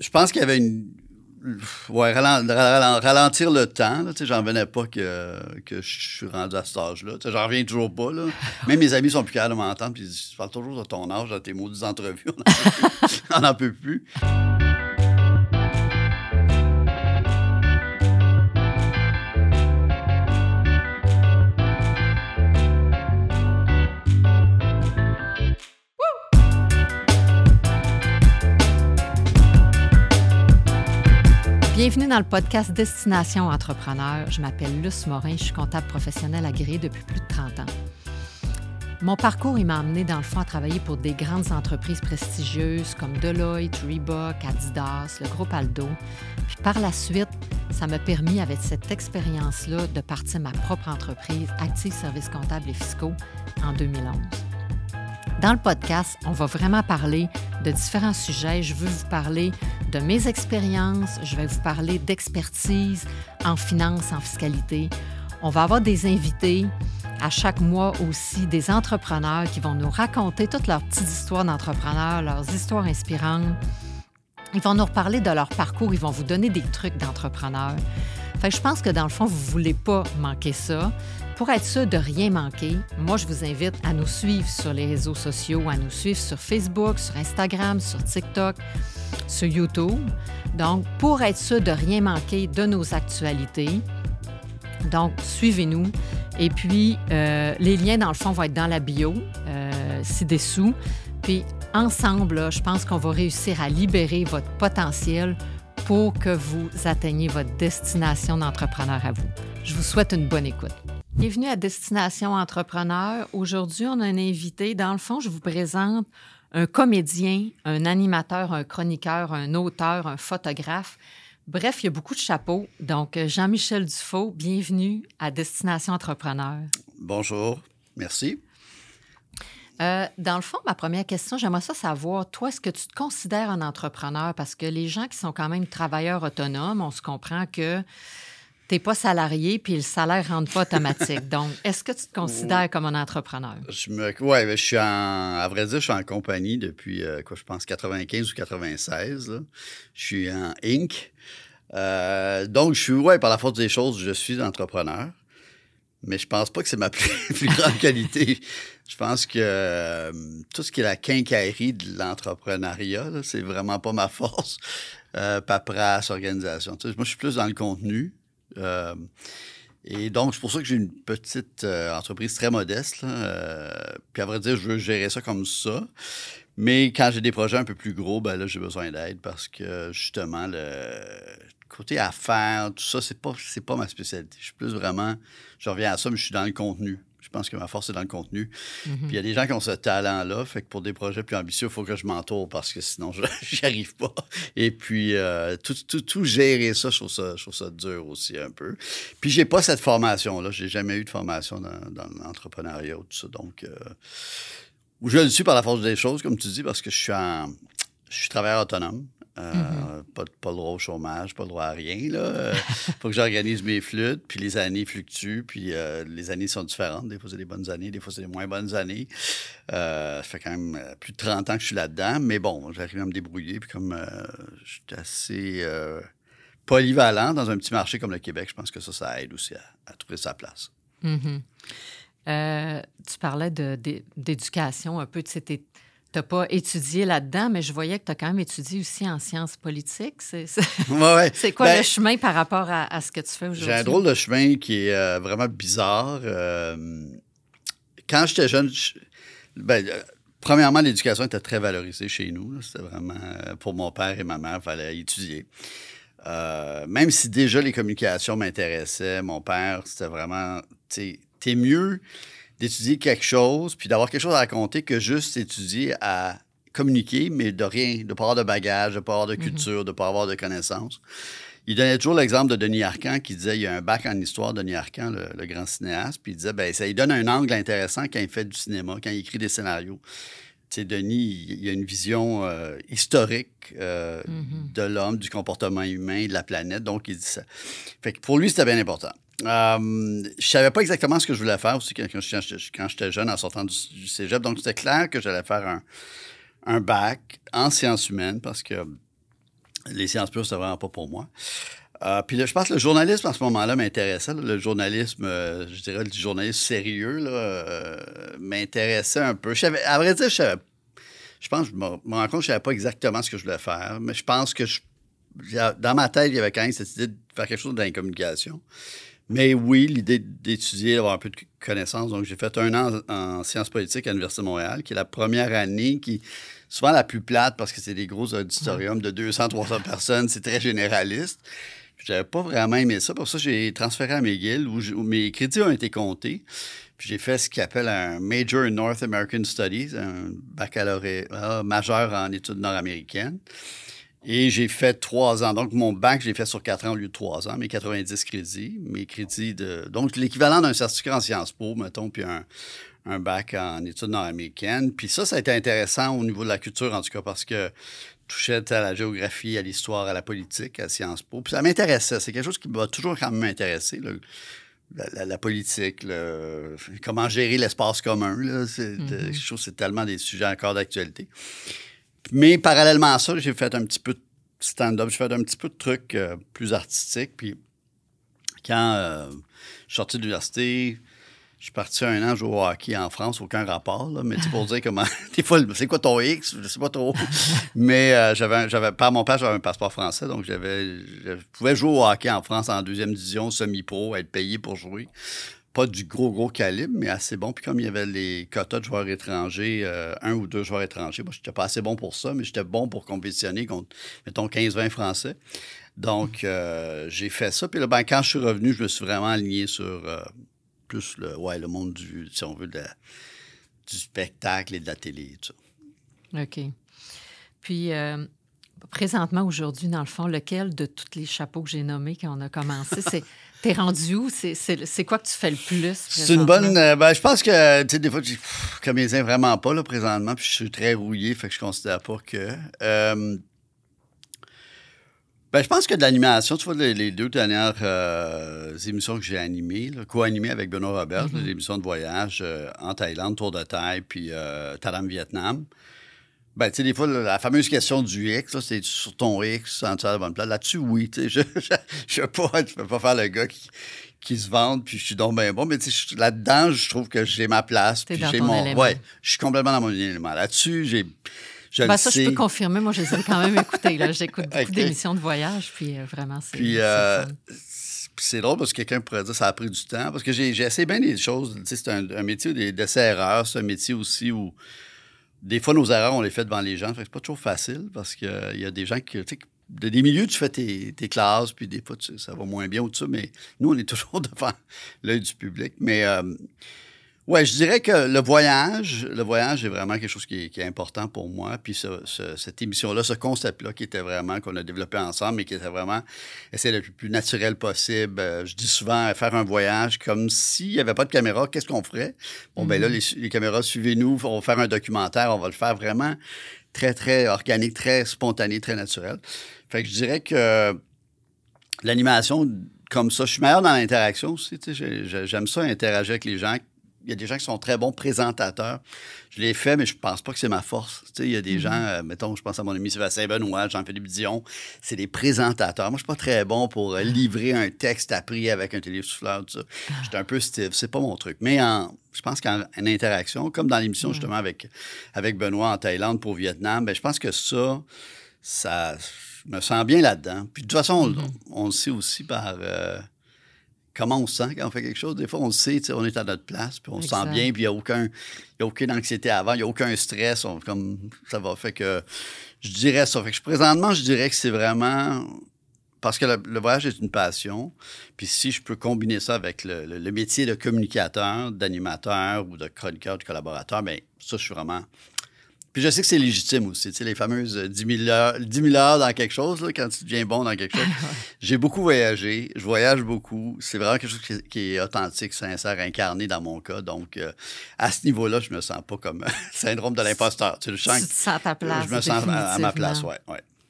Je pense qu'il y avait ralentir le temps. Là, j'en revenais pas que je suis rendu à cet âge-là. J'en reviens toujours pas. Là. Même mes amis sont plus capables de m'entendre. Puis ils disent, tu parles toujours de ton âge dans tes maudites entrevues. On n'en peut plus. Bienvenue dans le podcast Destination Entrepreneur. Je m'appelle Luce Morin, je suis comptable professionnel agréé depuis plus de 30 ans. Mon parcours, il m'a amené dans le fond à travailler pour des grandes entreprises prestigieuses comme Deloitte, Reebok, Adidas, le groupe Aldo. Puis par la suite, ça m'a permis, avec cette expérience-là, de partir ma propre entreprise, Active Services comptables et fiscaux, en 2011. Dans le podcast, on va vraiment parler de différents sujets. Je veux vous parler de mes expériences, je vais vous parler d'expertise en finance, en fiscalité. On va avoir des invités à chaque mois aussi, des entrepreneurs qui vont nous raconter toutes leurs petites histoires d'entrepreneurs, leurs histoires inspirantes. Ils vont nous reparler de leur parcours, ils vont vous donner des trucs d'entrepreneurs. Fait que je pense que dans le fond, vous ne voulez pas manquer ça. Pour être sûr de rien manquer, moi, je vous invite à nous suivre sur les réseaux sociaux, à nous suivre sur Facebook, sur Instagram, sur TikTok, sur YouTube. Donc, pour être sûr de rien manquer de nos actualités, donc, suivez-nous. Et puis, les liens, dans le fond, vont être dans la bio, ci-dessous. Puis, ensemble, là, je pense qu'on va réussir à libérer votre potentiel pour que vous atteigniez votre destination d'entrepreneur à vous. Je vous souhaite une bonne écoute. Bienvenue à Destination Entrepreneur. Aujourd'hui, on a un invité. Dans le fond, je vous présente un comédien, un animateur, un chroniqueur, un auteur, un photographe. Bref, il y a beaucoup de chapeaux. Donc, Jean-Michel Dufault, bienvenue à Destination Entrepreneur. Bonjour, merci. Dans le fond, ma première question, j'aimerais savoir, toi, est-ce que tu te considères un entrepreneur? Parce que les gens qui sont quand même travailleurs autonomes, on se comprend que tu n'es pas salarié puis le salaire ne rentre pas automatique. Donc, est-ce que tu te considères comme un entrepreneur? Oui, je suis à vrai dire, je suis en compagnie depuis, je pense, 95 ou 96. Là. Je suis en Inc. Donc, je suis, par la force des choses, je suis entrepreneur. Mais je pense pas que c'est ma plus grande qualité. Je pense que tout ce qui est la quincaillerie de l'entrepreneuriat, là, c'est vraiment pas ma force. Paperasse, organisation. Tu sais, moi, je suis plus dans le contenu. Et donc, c'est pour ça que j'ai une petite entreprise très modeste. Puis à vrai dire, je veux gérer ça comme ça. Mais quand j'ai des projets un peu plus gros, ben là, j'ai besoin d'aide parce que justement, le côté affaires, tout ça, c'est pas ma spécialité. Je suis plus vraiment, je reviens à ça, mais je suis dans le contenu. Je pense que ma force, c'est dans le contenu. Mm-hmm. Puis il y a des gens qui ont ce talent-là, fait que pour des projets plus ambitieux, il faut que je m'entoure parce que sinon, j'y arrive pas. Et puis, tout gérer ça, je trouve ça dur aussi un peu. Puis j'ai pas cette formation-là. J'ai jamais eu de formation dans l'entrepreneuriat ou tout ça. Donc, je le suis par la force des choses, comme tu dis, parce que je suis travailleur autonome. Pas le droit au chômage, pas le droit à rien. Il faut que j'organise mes flûtes, puis les années fluctuent, puis les années sont différentes. Des fois, c'est des bonnes années, des fois, c'est des moins bonnes années. Ça fait quand même plus de 30 ans que je suis là-dedans, mais bon, j'arrive à me débrouiller, puis comme je suis assez polyvalent dans un petit marché comme le Québec, je pense que ça aide aussi à trouver sa place. Mm-hmm. Tu parlais d'éducation un peu, tu sais, tu n'as pas étudié là-dedans, mais je voyais que tu as quand même étudié aussi en sciences politiques. C'est quoi le chemin par rapport à ce que tu fais aujourd'hui? J'ai un drôle de chemin qui est vraiment bizarre. Quand j'étais jeune, premièrement, l'éducation était très valorisée chez nous. Là. C'était vraiment, pour mon père et ma mère, il fallait étudier. Même si déjà les communications m'intéressaient, mon père, c'était vraiment, t'es mieux d'étudier quelque chose, puis d'avoir quelque chose à raconter que juste étudier à communiquer, mais de rien, de ne pas avoir de bagage, de ne pas avoir de culture, de ne pas avoir de connaissances. Il donnait toujours l'exemple de Denis Arcand qui disait, il y a un bac en histoire, Denis Arcand, le grand cinéaste, puis il disait, ça lui donne un angle intéressant quand il fait du cinéma, quand il écrit des scénarios. Tu sais, Denis, il a une vision historique de l'homme, du comportement humain, de la planète, donc il dit ça. Fait que pour lui, c'était bien important. Je savais pas exactement ce que je voulais faire aussi quand j'étais jeune en sortant du cégep. Donc, c'était clair que j'allais faire un bac en sciences humaines parce que Les sciences pures, c'était vraiment pas pour moi. Puis là, je pense que le journalisme, à ce moment-là, m'intéressait. Là. Le journalisme, je dirais le journalisme sérieux, là, m'intéressait un peu. À vrai dire, je pense que je me rends compte que je ne savais pas exactement ce que je voulais faire, mais je pense que dans ma tête, il y avait quand même cette idée de faire quelque chose dans la communication. Mais oui, l'idée d'étudier, d'avoir un peu de connaissances. Donc, j'ai fait 1 an en sciences politiques à l'Université de Montréal, qui est la première année qui souvent la plus plate parce que c'est des gros auditoriums de 200-300 personnes. C'est très généraliste. Je n'avais pas vraiment aimé ça. Pour ça, j'ai transféré à McGill où mes crédits ont été comptés. Puis j'ai fait ce qu'ils appellent un Major in North American Studies, un baccalauréat majeur en études nord-américaines. Et j'ai fait 3 ans. Donc, mon bac, je l'ai fait sur 4 ans au lieu de 3 ans, mes 90 crédits. Mes crédits donc, l'équivalent d'un certificat en Sciences Po, mettons, puis un bac en études nord-américaines. Puis ça a été intéressant au niveau de la culture, en tout cas, parce que touchait à la géographie, à l'histoire, à la politique, à Sciences Po. Puis ça m'intéressait. C'est quelque chose qui m'a toujours quand même intéressé, la politique, comment gérer l'espace commun. Là. Je trouve que c'est tellement des sujets encore d'actualité. Mais parallèlement à ça, j'ai fait un petit peu de stand-up, j'ai fait un petit peu de trucs plus artistiques. Puis quand je suis sorti de l'université, je suis parti 1 an jouer au hockey en France, aucun rapport, là, mais pour dire comment. Des fois, c'est quoi ton X? Je sais pas trop. Mais par mon père, j'avais un passeport français, donc je pouvais jouer au hockey en France en 2e division, semi-pro, être payé pour jouer. Pas du gros calibre, mais assez bon. Puis comme il y avait les quotas de joueurs étrangers, 1 ou 2 joueurs étrangers, moi, j'étais pas assez bon pour ça, mais j'étais bon pour compétitionner contre, mettons, 15-20 Français. Donc, j'ai fait ça. Puis là, quand je suis revenu, je me suis vraiment aligné sur plus le monde si on veut, du spectacle et de la télé, tout ça. OK. Puis, présentement, aujourd'hui, dans le fond, lequel de tous les chapeaux que j'ai nommés quand on a commencé, t'es rendu où? C'est quoi que tu fais le plus? C'est une bonne... je pense que, tu sais, des fois, je comédien vraiment pas, là, présentement, puis je suis très rouillé, fait que je considère pas que... je pense que de l'animation, tu vois, les 2 dernières émissions que j'ai animées, co-animées avec Benoît Robert, des émissions de voyage en Thaïlande, Tour de Thaï, puis Thailand, Vietnam. Tu sais, des fois, la fameuse question du X, là, c'est sur ton X, en la bonne place. Là-dessus, oui, tu sais, je peux pas faire le gars qui se vante, puis je suis donc bien bon, mais tu sais, là-dedans, je trouve que j'ai ma place. T'es puis dans j'ai ton élément. Ouais, je suis complètement dans mon élément. Là-dessus, je peux confirmer. Moi, je les ai quand même écoutés. Là. J'écoute beaucoup d'émissions de voyage, puis vraiment, c'est fun. C'est drôle parce que quelqu'un pourrait dire que ça a pris du temps, parce que j'ai essayé bien des choses. Tu sais, c'est un métier d'essai-erreur, c'est un métier aussi où des fois, nos erreurs, on les fait devant les gens. Fait que c'est pas toujours facile parce qu'il y a des gens qui... Tu sais, des milieux, tu fais tes classes, puis des fois, ça va moins bien ou tout ça, mais nous, on est toujours devant l'œil du public. Mais ouais, je dirais que le voyage est vraiment quelque chose qui est important pour moi. Puis cette émission-là, ce concept-là qu'on a développé ensemble, mais qui était vraiment essayer d'être le plus naturel possible. Je dis souvent, faire un voyage comme s'il n'y avait pas de caméra, qu'est-ce qu'on ferait? Bon, là, les caméras, suivez-nous, on va faire un documentaire, on va le faire vraiment très, très organique, très spontané, très naturel. Fait que je dirais que l'animation, comme ça, je suis meilleur dans l'interaction aussi. Tu sais, j'aime ça, interagir avec les gens. Il y a des gens qui sont très bons présentateurs. Je l'ai fait, mais je pense pas que c'est ma force. Tu sais, il y a des gens, mettons, je pense à mon ami Sébastien Benoît, Jean-Philippe Dion, c'est des présentateurs. Moi, je suis pas très bon pour livrer un texte appris avec un télésouffleur, tout ça. J'étais un peu stiff, c'est pas mon truc. Mais je pense qu'en interaction, comme dans l'émission justement avec Benoît en Thaïlande pour Vietnam, je pense que ça je me sens bien là-dedans. Puis de toute façon, on le sait aussi par... comment on se sent quand on fait quelque chose. Des fois, on le sait, on est à notre place, puis on se sent bien, puis il n'y a aucune anxiété avant, il n'y a aucun stress. Ça va. Fait que je dirais ça. Fait que présentement, je dirais que c'est vraiment... Parce que le voyage est une passion. Puis si je peux combiner ça avec le métier de communicateur, d'animateur ou de chroniqueur, de collaborateur, bien, ça, je suis vraiment... Puis je sais que c'est légitime aussi, tu sais, les fameuses 10 000 heures dans quelque chose, là, quand tu deviens bon dans quelque chose. J'ai beaucoup voyagé, je voyage beaucoup. C'est vraiment quelque chose qui est authentique, sincère, incarné dans mon cas. Donc, à ce niveau-là, je me sens pas comme syndrome de l'imposteur. Tu te sens à ta place, je me sens à ma place, oui.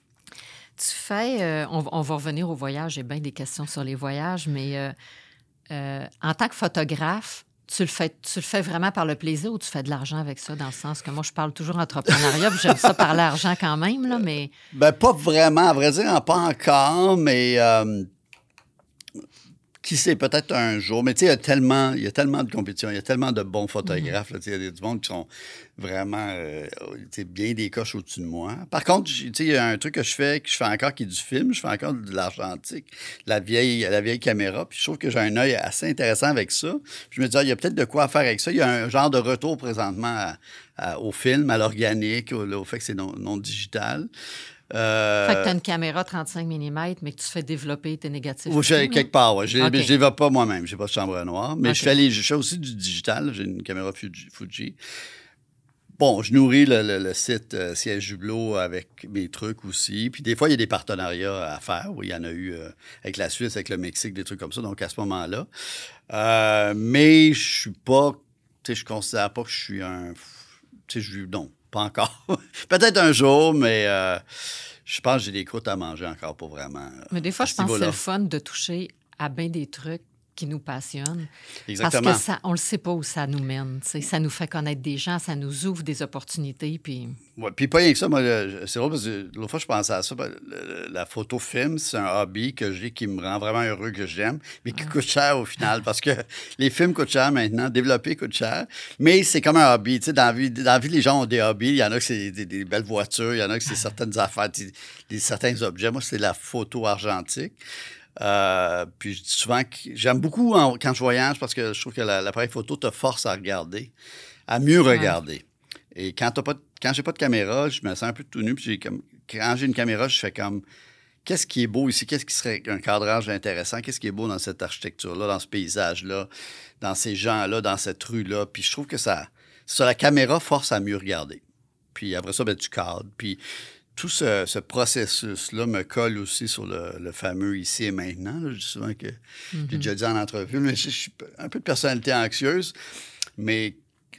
Tu fais... on va revenir au voyage, j'ai bien des questions sur les voyages, mais en tant que photographe, tu le fais vraiment par le plaisir ou tu fais de l'argent avec ça, dans le sens que moi, je parle toujours entrepreneuriat, puis j'aime ça parler argent quand même, là, mais... Ben, pas vraiment, à vrai dire, pas encore, mais qui sait, peut-être un jour. Mais tu sais, il y a tellement de compétition, il y a tellement de bons photographes. Là, il y a du monde qui sont vraiment bien des coches au-dessus de moi. Par contre, il y a un truc que je fais encore qui est du film, je fais encore de l'argentique, la vieille caméra, puis je trouve que j'ai un œil assez intéressant avec ça. Puis je me dis, il y a peut-être de quoi faire avec ça. Il y a un genre de retour présentement au film, à l'organique, au fait que c'est non digital. Fait que tu as une caméra 35 mm, mais que tu fais développer tes négatifs. Quelque part, oui. Je ne Okay. les développe pas moi-même. Je n'ai pas de chambre noire. Mais Okay. je fais aussi du digital. J'ai une caméra Fuji. Bon, je nourris le site Siège Hublot avec mes trucs aussi. Puis des fois, il y a des partenariats à faire. Oui, il y en a eu avec la Suisse, avec le Mexique, des trucs comme ça. Donc, à ce moment-là. Mais je suis pas... Tu sais, je considère pas que je suis un... Tu sais, non, pas encore. Peut-être un jour, mais je pense que j'ai des croûtes à manger encore, pas vraiment. Mais des fois, je pense que c'est le fun de toucher à bien des trucs qui nous passionnent. Exactement. Parce que on ne le sait pas où ça nous mène. T'sais. Ça nous fait connaître des gens, ça nous ouvre des opportunités. Puis pas rien que ça. Moi, c'est drôle parce que l'autre fois, je pensais à ça. La photo-film, c'est un hobby que j'ai qui me rend vraiment heureux, que j'aime, mais qui coûte cher au final parce que les films coûtent cher maintenant, développer coûte cher. Mais c'est comme un hobby. Tu sais, dans la vie, les gens ont des hobbies. Il y en a que c'est des belles voitures, il y en a que c'est certaines affaires, certains objets. Moi, c'est la photo argentique. Puis je dis souvent que j'aime beaucoup quand je voyage parce que je trouve que l'appareil photo te force à regarder, à mieux regarder. Et quand j'ai pas de caméra, je me sens un peu tout nu. Puis quand j'ai une caméra, je fais comme qu'est-ce qui est beau ici? Qu'est-ce qui serait un cadrage intéressant? Qu'est-ce qui est beau dans cette architecture-là, dans ce paysage-là, dans ces gens-là, dans cette rue-là? Puis je trouve que la caméra force à mieux regarder. Puis après ça, tu cadres. Puis tout ce processus-là me colle aussi sur le fameux ici et maintenant. Là. Je dis souvent que j'ai déjà dit en entrevue, mais je suis un peu de personnalité anxieuse, mais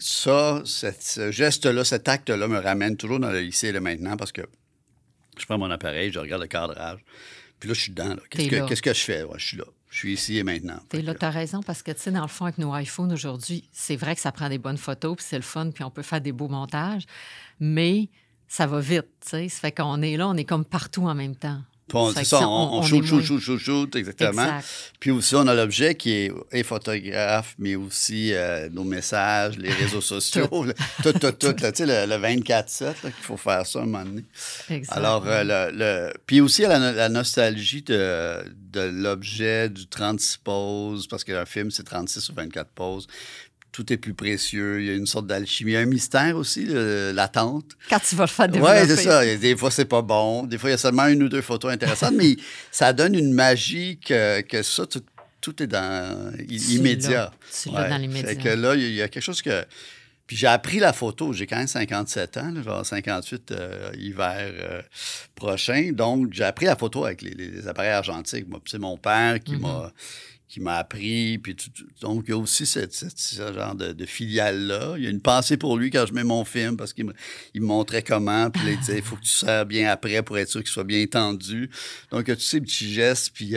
ce geste-là, cet acte-là me ramène toujours dans le ici et le maintenant parce que je prends mon appareil, je regarde le cadrage, puis là, je suis dedans. Là. Qu'est-ce que je fais? Ouais, je suis là. Je suis ici et maintenant. T'es là, t'as raison, parce que, tu sais, dans le fond, avec nos iPhones aujourd'hui, c'est vrai que ça prend des bonnes photos, puis c'est le fun, puis on peut faire des beaux montages, mais ça va vite, tu sais. Ça fait qu'on est là, on est comme partout en même temps. C'est ça, on shoot, exactement. Exact. Puis aussi, on a l'objet qui est photographe, mais aussi nos messages, les réseaux sociaux, tout. Tu sais, le 24/7, qu'il faut faire ça à un moment donné. Exactement. Alors, puis aussi, la nostalgie de l'objet, du 36 poses, parce qu'un film, c'est 36 ou 24 poses. Tout est plus précieux. Il y a une sorte d'alchimie. Il y a un mystère aussi, l'attente. Quand tu vas le faire développer. Oui, c'est ça. Des fois, c'est pas bon. Des fois, il y a seulement une ou deux photos intéressantes, mais ça donne une magie que ça, tout est dans immédiat. Tu l'as dans l'immédiat. Fait que là, il y a quelque chose que... Puis j'ai appris la photo. J'ai quand même 57 ans, là, genre 58 hiver prochain. Donc, j'ai appris la photo avec les appareils argentiques. Moi, c'est mon père qui m'a appris. Puis donc, il y a aussi ce genre de filiale-là. Il y a une pensée pour lui quand je mets mon film parce qu'il me montrait comment. Puis là, il disait, il faut que tu sers bien après pour être sûr qu'il soit bien tendu. Donc, il y a tous ces petits gestes. Puis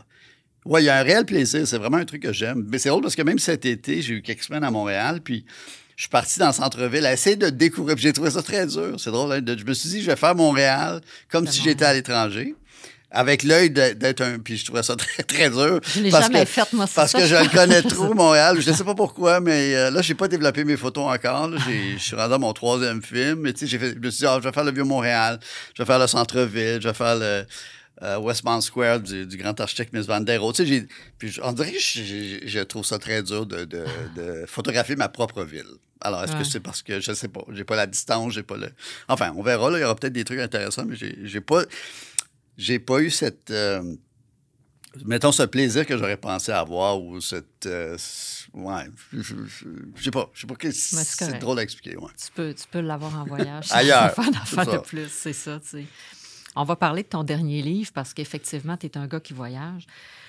il y a un réel plaisir. C'est vraiment un truc que j'aime. Mais c'est drôle parce que même cet été, j'ai eu quelques semaines à Montréal. Puis je suis parti dans le centre-ville à essayer de découvrir. Puis j'ai trouvé ça très dur. C'est drôle. Hein? Je me suis dit, je vais faire Montréal comme si j'étais à l'étranger. Avec l'œil d'être un... Puis je trouvais ça très, très dur. Je l'ai jamais fait, moi, parce que je le connais trop, Montréal. Je ne sais pas pourquoi, mais là, je n'ai pas développé mes photos encore. Je suis rendu à mon 3e film. Mais tu sais, je me suis dit, je vais faire le Vieux-Montréal, je vais faire le centre-ville, je vais faire le Westmount Square du grand architecte Mies van der Rohe. Tu sais, puis on dirait que je trouve ça très dur de photographier ma propre ville. Alors, est-ce que c'est parce que, je ne sais pas, j'ai pas la distance, j'ai pas le... Enfin, on verra, là, il y aura peut-être des trucs intéressants, mais j'ai pas eu cette... mettons, ce plaisir que j'aurais pensé avoir ou cette... ouais, je sais pas. C'est drôle à expliquer, ouais. Tu peux l'avoir en voyage. Ailleurs. Faire de plus, c'est ça, tu sais. On va parler de ton dernier livre parce qu'effectivement, tu es un gars qui voyage.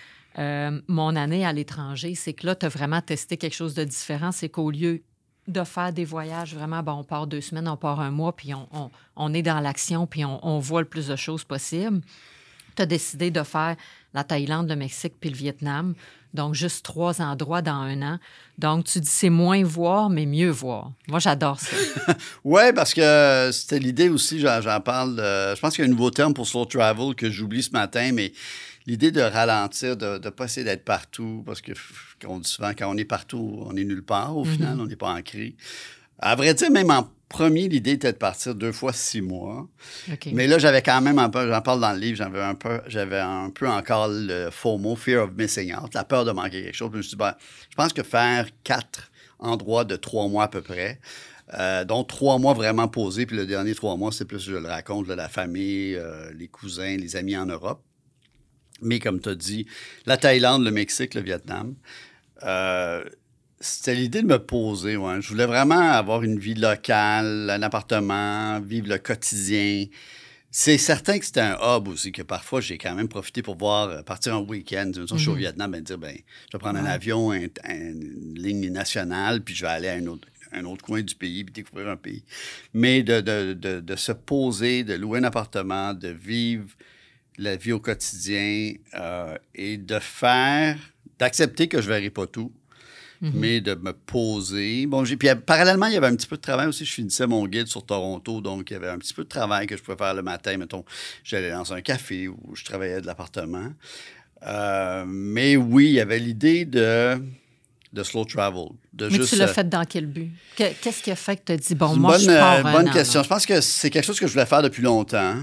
Mon année à l'étranger, c'est que là, tu as vraiment testé quelque chose de différent. C'est qu'au lieu de faire des voyages, vraiment, on part 2 semaines, on part 1 mois, puis on est dans l'action, puis on voit le plus de choses possible. tu as décidé de faire la Thaïlande, le Mexique puis le Vietnam. Donc, juste 3 endroits dans un an. Donc, tu dis c'est moins voir, mais mieux voir. Moi, j'adore ça. Oui, parce que c'était l'idée aussi, j'en parle. Je pense qu'il y a un nouveau terme pour slow travel que j'oublie ce matin, mais l'idée de ralentir, de ne pas essayer d'être partout, parce que on dit souvent, quand on est partout, on est nulle part. Au final, on n'est pas ancré. À vrai dire, même en premier, l'idée était de partir 2 fois 6 mois. Okay. Mais là, j'avais quand même un peu, j'en parle dans le livre, j'avais un peu encore le FOMO, Fear of Missing Out, la peur de manquer quelque chose. Puis je me suis dit, je pense que faire 4 endroits de 3 mois à peu près, dont 3 mois vraiment posés, puis le dernier 3 mois, c'est plus, je le raconte, là, la famille, les cousins, les amis en Europe. Mais comme tu as dit, la Thaïlande, le Mexique, le Vietnam. C'était l'idée de me poser. Ouais. Je voulais vraiment avoir une vie locale, un appartement, vivre le quotidien. C'est certain que c'était un hub aussi, que parfois, j'ai quand même profité pour partir un week-end. Je suis au Vietnam, dire, je vais prendre un avion, une ligne nationale, puis je vais aller à un autre coin du pays, puis découvrir un pays. Mais de se poser, de louer un appartement, de vivre la vie au quotidien et d'accepter que je ne verrai pas tout. Mais de me poser. Bon, puis parallèlement, il y avait un petit peu de travail aussi. Je finissais mon guide sur Toronto, donc il y avait un petit peu de travail que je pouvais faire le matin. Mettons, j'allais dans un café où je travaillais de l'appartement. Mais oui, il y avait l'idée de slow travel. Mais tu l'as fait dans quel but? Qu'est-ce qui a fait que tu as dit, bon, moi, je pars un bonne an, question. là. Je pense que c'est quelque chose que je voulais faire depuis longtemps.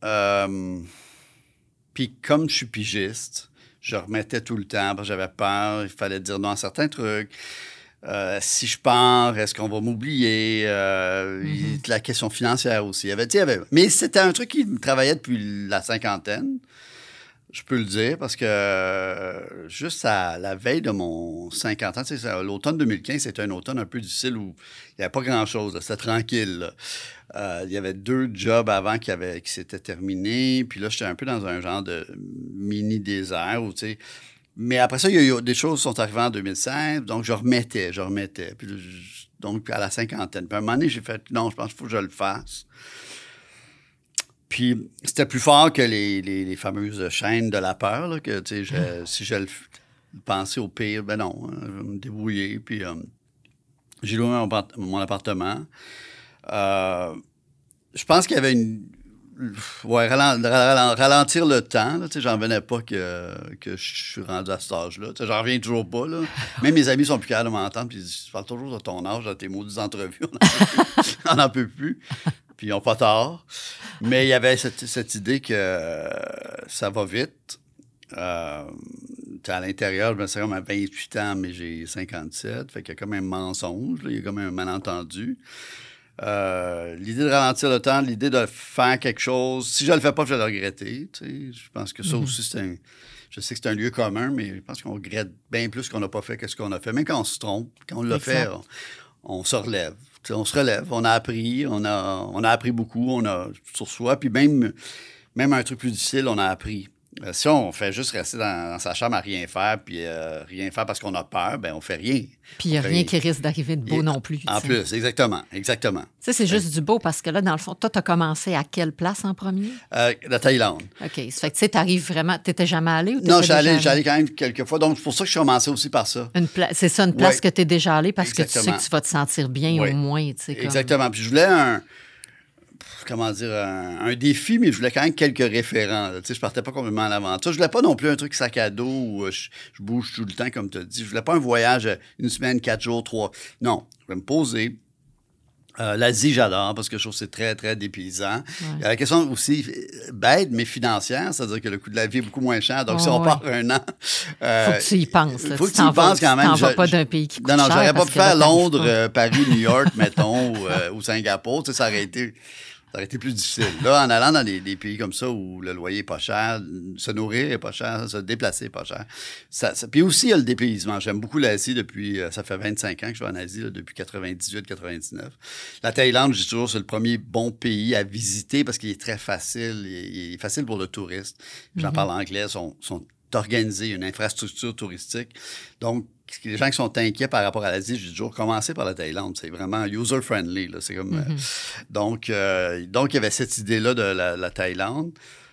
Puis comme je suis pigiste, je remettais tout le temps parce que j'avais peur. Il fallait dire non à certains trucs. Si je pars, est-ce qu'on va m'oublier? La question financière aussi. Mais c'était un truc qui me travaillait depuis la cinquantaine. Je peux le dire parce que juste à la veille de mon 50 ans, l'automne 2015, c'était un automne un peu difficile où il n'y avait pas grand-chose. Là, c'était tranquille. Là. Il y avait 2 jobs avant qui s'étaient terminés. Puis là, j'étais un peu dans un genre de mini-désert. Mais après ça, il y a eu des choses qui sont arrivées en 2016. Donc, je remettais. Puis, donc, à la cinquantaine. Puis à un moment donné, j'ai fait, non, je pense qu'il faut que je le fasse. Puis, c'était plus fort que les fameuses chaînes de la peur, là, que, si je le pensais au pire, ben non, je vais me débrouiller. Puis, j'ai loué mon appartement. Je pense qu'il y avait ralentir le temps. Là, j'en revenais pas que je suis rendu à cet âge-là. J'en reviens toujours pas. Là. Même mes amis sont plus capables de m'entendre. Puis ils disent, tu parles toujours de ton âge dans tes maudites entrevues. On n'en peut plus. Puis ils n'ont pas tort. Mais il y avait cette idée que ça va vite. À l'intérieur, je me suis comme à 28 ans, mais j'ai 57. Fait qu'il y a comme un mensonge. Là, il y a comme un malentendu. L'idée de ralentir le temps, l'idée de faire quelque chose. Si je le fais pas, je vais le regretter. Je pense que ça aussi, je sais que c'est un lieu commun, mais je pense qu'on regrette bien plus qu'on n'a pas fait que ce qu'on a fait. Même quand on se trompe, quand on l'a fait, on se relève. On se relève, on a appris, on a appris beaucoup, on a sur soi, puis même un truc plus difficile, on a appris. Si on fait juste rester dans sa chambre à rien faire, puis rien faire parce qu'on a peur, ben on fait rien. Puis il n'y a rien qui risque d'arriver de beau non plus. En plus, exactement. Ça, c'est juste du beau parce que là, dans le fond, toi, tu as commencé à quelle place en premier? La Thaïlande. OK. Ça fait que tu sais, t'arrives vraiment... T'étais jamais allé ou non, j'allais quand même quelques fois. Donc, c'est pour ça que je suis commencé aussi par ça. C'est ça, une place que tu es déjà allé parce Exactement. que tu sais que tu vas te sentir bien au moins. Exactement. Puis je voulais un défi, mais je voulais quand même quelques référents. Je partais pas complètement à l'aventure. Je voulais pas non plus un truc sac à dos où je bouge tout le temps, comme tu as dit. Je voulais pas un voyage 1 semaine, 4 jours, 3. Non, je voulais me poser. L'Asie, j'adore parce que je trouve que c'est très, très dépaysant. Il y a la question aussi bête, mais financière, c'est-à-dire que le coût de la vie est beaucoup moins cher. Donc, si on part un an... faut que tu y penses. Il faut que tu y penses quand même. Tu n'en vas pas d'un pays qui coûte cher. Non, j'aurais pas pu faire Londres, Paris, New York, mettons, ou Singapour. Ça aurait été plus difficile. Là, en allant dans des pays comme ça où le loyer n'est pas cher, se nourrir n'est pas cher, se déplacer n'est pas cher. Puis aussi, il y a le dépaysement. J'aime beaucoup l'Asie depuis... ça fait 25 ans que je vais en Asie, là, depuis 98-99. La Thaïlande, je dis toujours, c'est le premier bon pays à visiter parce qu'il est très facile. Il est facile pour le touriste. J'en parle anglais, sont organisés, une infrastructure touristique. Donc, les gens qui sont inquiets par rapport à l'Asie, je dis toujours, commencez par la Thaïlande. C'est vraiment user-friendly. Là. C'est comme, donc, il y avait cette idée-là de la Thaïlande.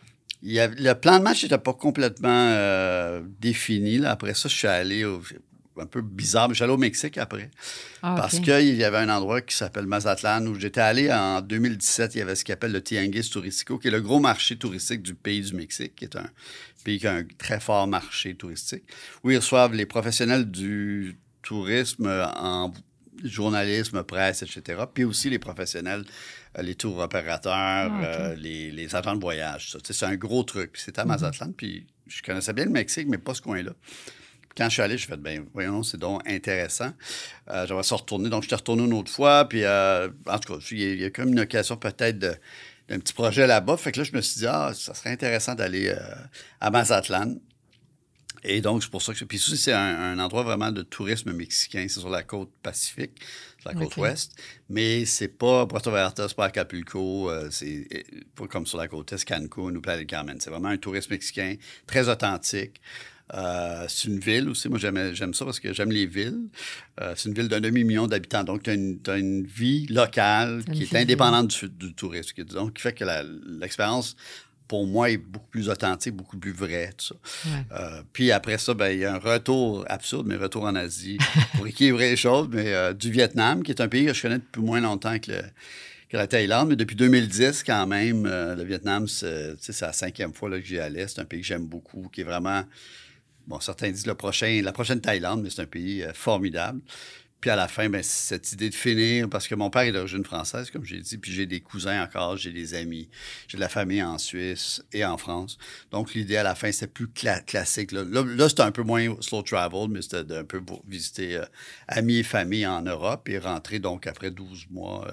Le plan de match n'était pas complètement défini. Là. Après ça, je suis allé un peu bizarre, mais je suis allé au Mexique après. Parce qu'il y avait un endroit qui s'appelle Mazatlan où j'étais allé en 2017. Il y avait ce qu'on appelle le Tianguis Turístico, qui est le gros marché touristique du pays du Mexique, qui est un pays qui a un très fort marché touristique, où ils reçoivent les professionnels du tourisme en journalisme, presse, etc. Puis aussi les professionnels, les tour opérateurs, les agents de voyage. Ça. C'est un gros truc. Puis c'était à Mazatlan, puis je connaissais bien le Mexique, mais pas ce coin-là. Quand je suis allé, je me suis fait, voyons, c'est donc intéressant. J'aimerais ça retourner. Donc, je suis retourné une autre fois. Puis, en tout cas, il y a comme une occasion peut-être d'un petit projet là-bas. Fait que là, je me suis dit, ça serait intéressant d'aller à Mazatlan. Et donc, c'est pour ça que... Puis ça, c'est un endroit vraiment de tourisme mexicain. C'est sur la côte Pacifique, sur la côte ouest. Mais c'est pas Puerto Vallarta, c'est pas Acapulco. C'est pas comme sur la côte est, Cancun ou Playa del Carmen. C'est vraiment un tourisme mexicain très authentique. C'est une ville aussi. Moi, j'aime ça parce que j'aime les villes. C'est une ville d'un demi-million d'habitants. Donc, tu as une vie locale qui est indépendante du tourisme. Donc, qui fait que l'expérience, pour moi, est beaucoup plus authentique, beaucoup plus vraie, tout ça. Ouais. Puis après ça, il y a un retour absurde, mais retour en Asie pour équilibrer les choses, mais du Vietnam, qui est un pays que je connais depuis moins longtemps que la Thaïlande, mais depuis 2010, quand même, le Vietnam, c'est la 5e fois là, que j'y allais. C'est un pays que j'aime beaucoup, qui est vraiment... Bon, certains disent la prochaine Thaïlande, mais c'est un pays formidable. Puis à la fin, cette idée de finir, parce que mon père est d'origine française, comme j'ai dit, puis j'ai des cousins encore, j'ai des amis, j'ai de la famille en Suisse et en France. Donc l'idée à la fin, c'était plus classique. Là c'était un peu moins slow travel, mais c'était un peu pour visiter amis et famille en Europe et rentrer donc après 12 mois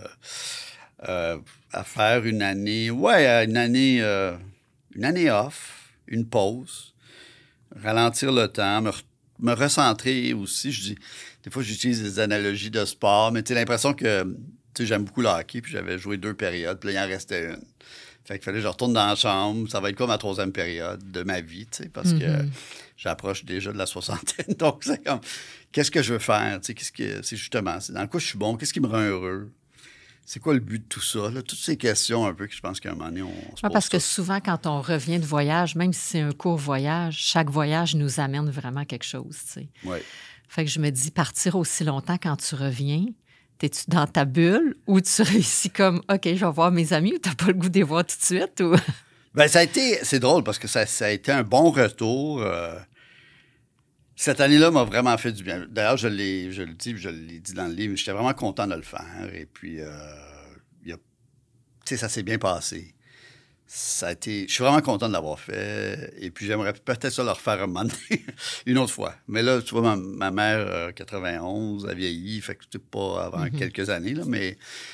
à faire une année off, une pause. Ralentir le temps, me recentrer aussi. Des fois, j'utilise des analogies de sport, mais tu as l'impression que j'aime beaucoup le hockey, puis j'avais joué 2 périodes, puis là, il en restait une. Fait qu'il fallait que je retourne dans la chambre. Ça va être comme ma 3e période de ma vie, parce que j'approche déjà de la soixantaine. Donc, c'est comme, qu'est-ce que je veux faire? C'est justement, c'est dans quoi je suis bon? Qu'est-ce qui me rend heureux? C'est quoi le but de tout ça? Là? Toutes ces questions un peu que je pense qu'à un moment donné, on se pose parce que souvent, quand on revient de voyage, même si c'est un court voyage, chaque voyage nous amène vraiment quelque chose. Oui. Fait que je me dis, partir aussi longtemps quand tu reviens, t'es-tu dans ta bulle ou tu réussis comme, OK, je vais voir mes amis ou t'as pas le goût de les voir tout de suite? Ou... c'est drôle parce que ça a été un bon retour. Cette année-là m'a vraiment fait du bien. D'ailleurs, je l'ai dit dans le livre, j'étais vraiment content de le faire. Et puis, ça s'est bien passé. Je suis vraiment content de l'avoir fait. Et puis, j'aimerais peut-être ça le refaire un moment donné, une autre fois. Mais là, tu vois, ma mère, 91, a vieilli, fait que c'était pas avant quelques années, là, mais...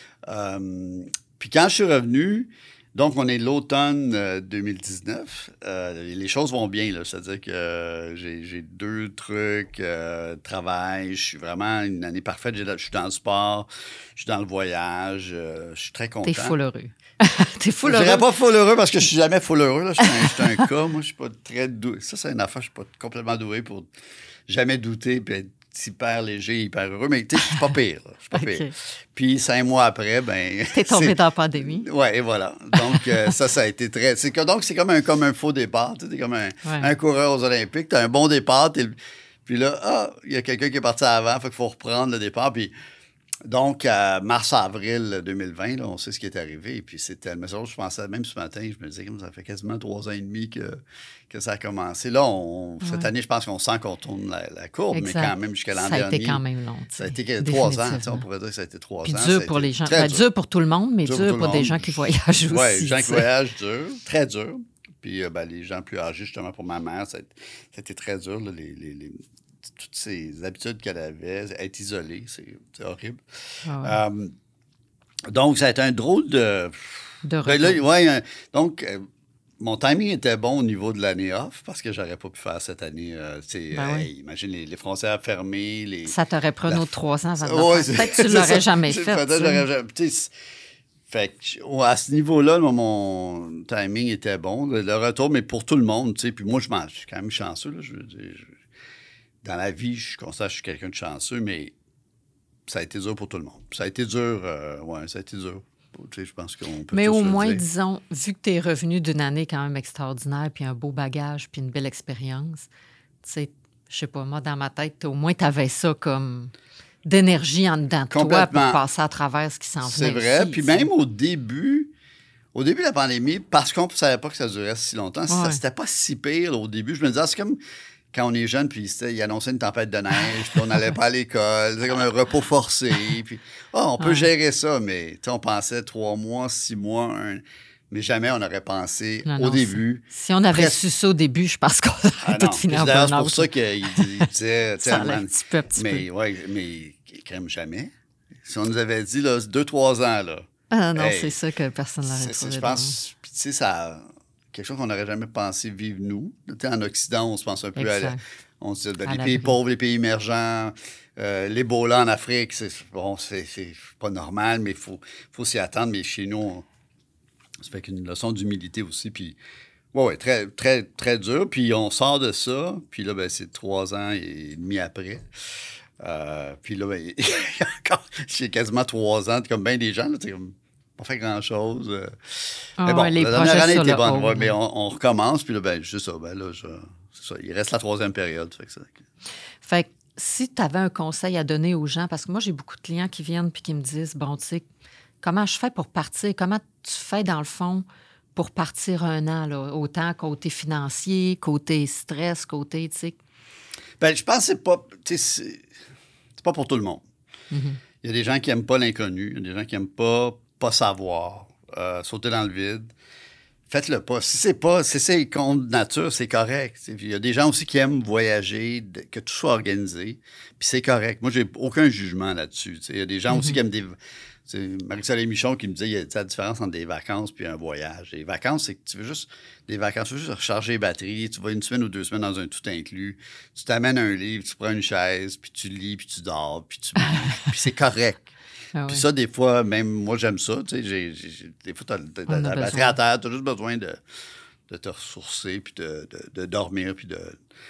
puis quand je suis revenu... Donc, on est l'automne 2019. Les choses vont bien, là. C'est-à-dire que j'ai 2 trucs, travail. Je suis vraiment une année parfaite. Je suis dans le sport, je suis dans le voyage. Je suis très content. T'es full heureux. Je dirais pas full heureux parce que je suis jamais full heureux. Là. Je suis un cas. Moi, je suis pas très doué. Ça, c'est une affaire. Je suis pas complètement doué pour jamais douter puis être hyper léger, hyper heureux, mais tu sais, je suis pas pire. Je suis pas pire. Puis 5 mois après, t'es tombé dans la pandémie. Oui, et voilà. Donc, ça a été très... Donc, c'est comme un faux départ. Tu sais, t'es comme un coureur aux Olympiques. T'as un bon départ. Puis là, il y a quelqu'un qui est parti avant. Fait qu'il faut reprendre le départ. Puis donc, mars-avril 2020, là, on sait ce qui est arrivé. Et puis, c'était le message. Je pensais, même ce matin, je me disais, ça fait quasiment 3 ans et demi que ça a commencé. Là, cette année, je pense qu'on sent qu'on tourne la courbe, mais quand même, jusqu'à l'an dernier. Ça a été quand même long. Ça a été 3 ans. On pourrait dire que ça a été 3 ans. Puis dur pour les gens. Dur pour tout le monde, mais dur pour des gens qui voyagent aussi. Oui, les gens qui voyagent, dur. Très dur. Puis, les gens plus âgés, justement, pour ma mère, ça a été très dur, là, toutes ces habitudes qu'elle avait, être isolée, c'est horrible. Ah ouais. Donc, ça a été un drôle de retour. Donc, mon timing était bon au niveau de l'année off parce que j'aurais pas pu faire cette année. Imagine les frontières fermées. Ça t'aurait pris un autre 3 ans avant de faire. Peut-être que tu l'aurais jamais fait. Peut-être j'aurais jamais... Fait que, à ce niveau-là, mon timing était bon. Le retour, mais pour tout le monde, tu sais. Puis moi, je suis quand même chanceux, là, je veux dire. Dans la vie, je constate que je suis quelqu'un de chanceux, mais ça a été dur pour tout le monde. Ça a été dur, ça a été dur. Tu sais, je pense qu'on peut Mais tous au le moins, dire. disons, vu que tu es revenu d'une année quand même extraordinaire, puis un beau bagage, puis une belle expérience, tu sais, je sais pas, moi, dans ma tête, au moins, tu avais ça comme d'énergie en dedans de toi pour Complètement. passer à travers ce qui s'en venait C'est vrai. aussi, Puis tu sais. même au début de la pandémie, parce qu'on ne savait pas que ça durait si longtemps, Ouais. c'était pas si pire là, au début. Je me disais, c'est comme quand on est jeune, puis il annonçait une tempête de neige, puis on n'allait pas à l'école. C'est comme un repos forcé. Puis, on peut Ouais. gérer ça, mais tu sais, on pensait 3 mois, 6 mois, mais jamais on aurait pensé Non, au non, début. Si on avait Presque- su ça au début, je pense qu'on aurait non. tout fini Puis en d'ailleurs, c'est burn-out. pour ça qu'il disait, tu sais, Ça allait un petit peu, mais crème jamais. Si on nous avait dit, là, 2-3 ans, là. Ah non, Hey, c'est ça que personne n'aurait trouvé. je pense, puis tu sais, ça, quelque chose qu'on n'aurait jamais pensé vivre nous. Tu sais, en Occident, on se pense un peu Exact. on se dit, À les l'abri. pays pauvres, les pays émergents, l'Ebola en Afrique, c'est pas normal, mais il faut s'y attendre. Mais chez nous, ça fait qu'une leçon d'humilité aussi. Puis, ouais, très, très, très dur. Puis on sort de ça. Puis là, ben, c'est 3 ans et demi après. Puis là, ben, il y a encore, j'ai quasiment 3 ans, comme bien des gens, là, comme, pas fait grand-chose. Ah Mais bon, ouais, les la dernière projets année sur était le bonne, haut, ouais, mais là. on recommence. Puis là, ben, c'est ça, c'est ça. Il reste la 3e période. Fait que ça. Fait que si tu avais un conseil à donner aux gens, parce que moi, j'ai beaucoup de clients qui viennent puis qui me disent, bon, tu sais, comment je fais pour partir? Comment tu fais, dans le fond, pour partir un an, là? Autant côté financier, côté stress, côté, tu sais. Ben, je pense que c'est pas, tu sais, c'est pas pour tout le monde. Mm-hmm. Il y a des gens qui n'aiment pas l'inconnu. Il y a des gens qui n'aiment pas savoir, sauter dans le vide. Faites-le pas. Si c'est contre nature, c'est correct. Il y a des gens aussi qui aiment voyager, que tout soit organisé, puis c'est correct. Moi, j'ai aucun jugement là-dessus. Il y a des gens aussi qui aiment des... C'est Marie-Soleil Michon qui me disait, il y a la différence entre des vacances puis un voyage. Les vacances, c'est que tu veux juste... Des vacances, tu veux juste recharger les batteries, tu vas 1 semaine ou 2 semaines dans un tout inclus, tu t'amènes un livre, tu prends une chaise, puis tu lis, puis tu dors, puis tu manges, puis c'est correct. Ah Puis oui. ça, des fois, même moi, j'aime ça. Tu sais, des fois, t'as On a la batterie besoin. à terre, t'as juste besoin de te ressourcer, puis de dormir, puis de...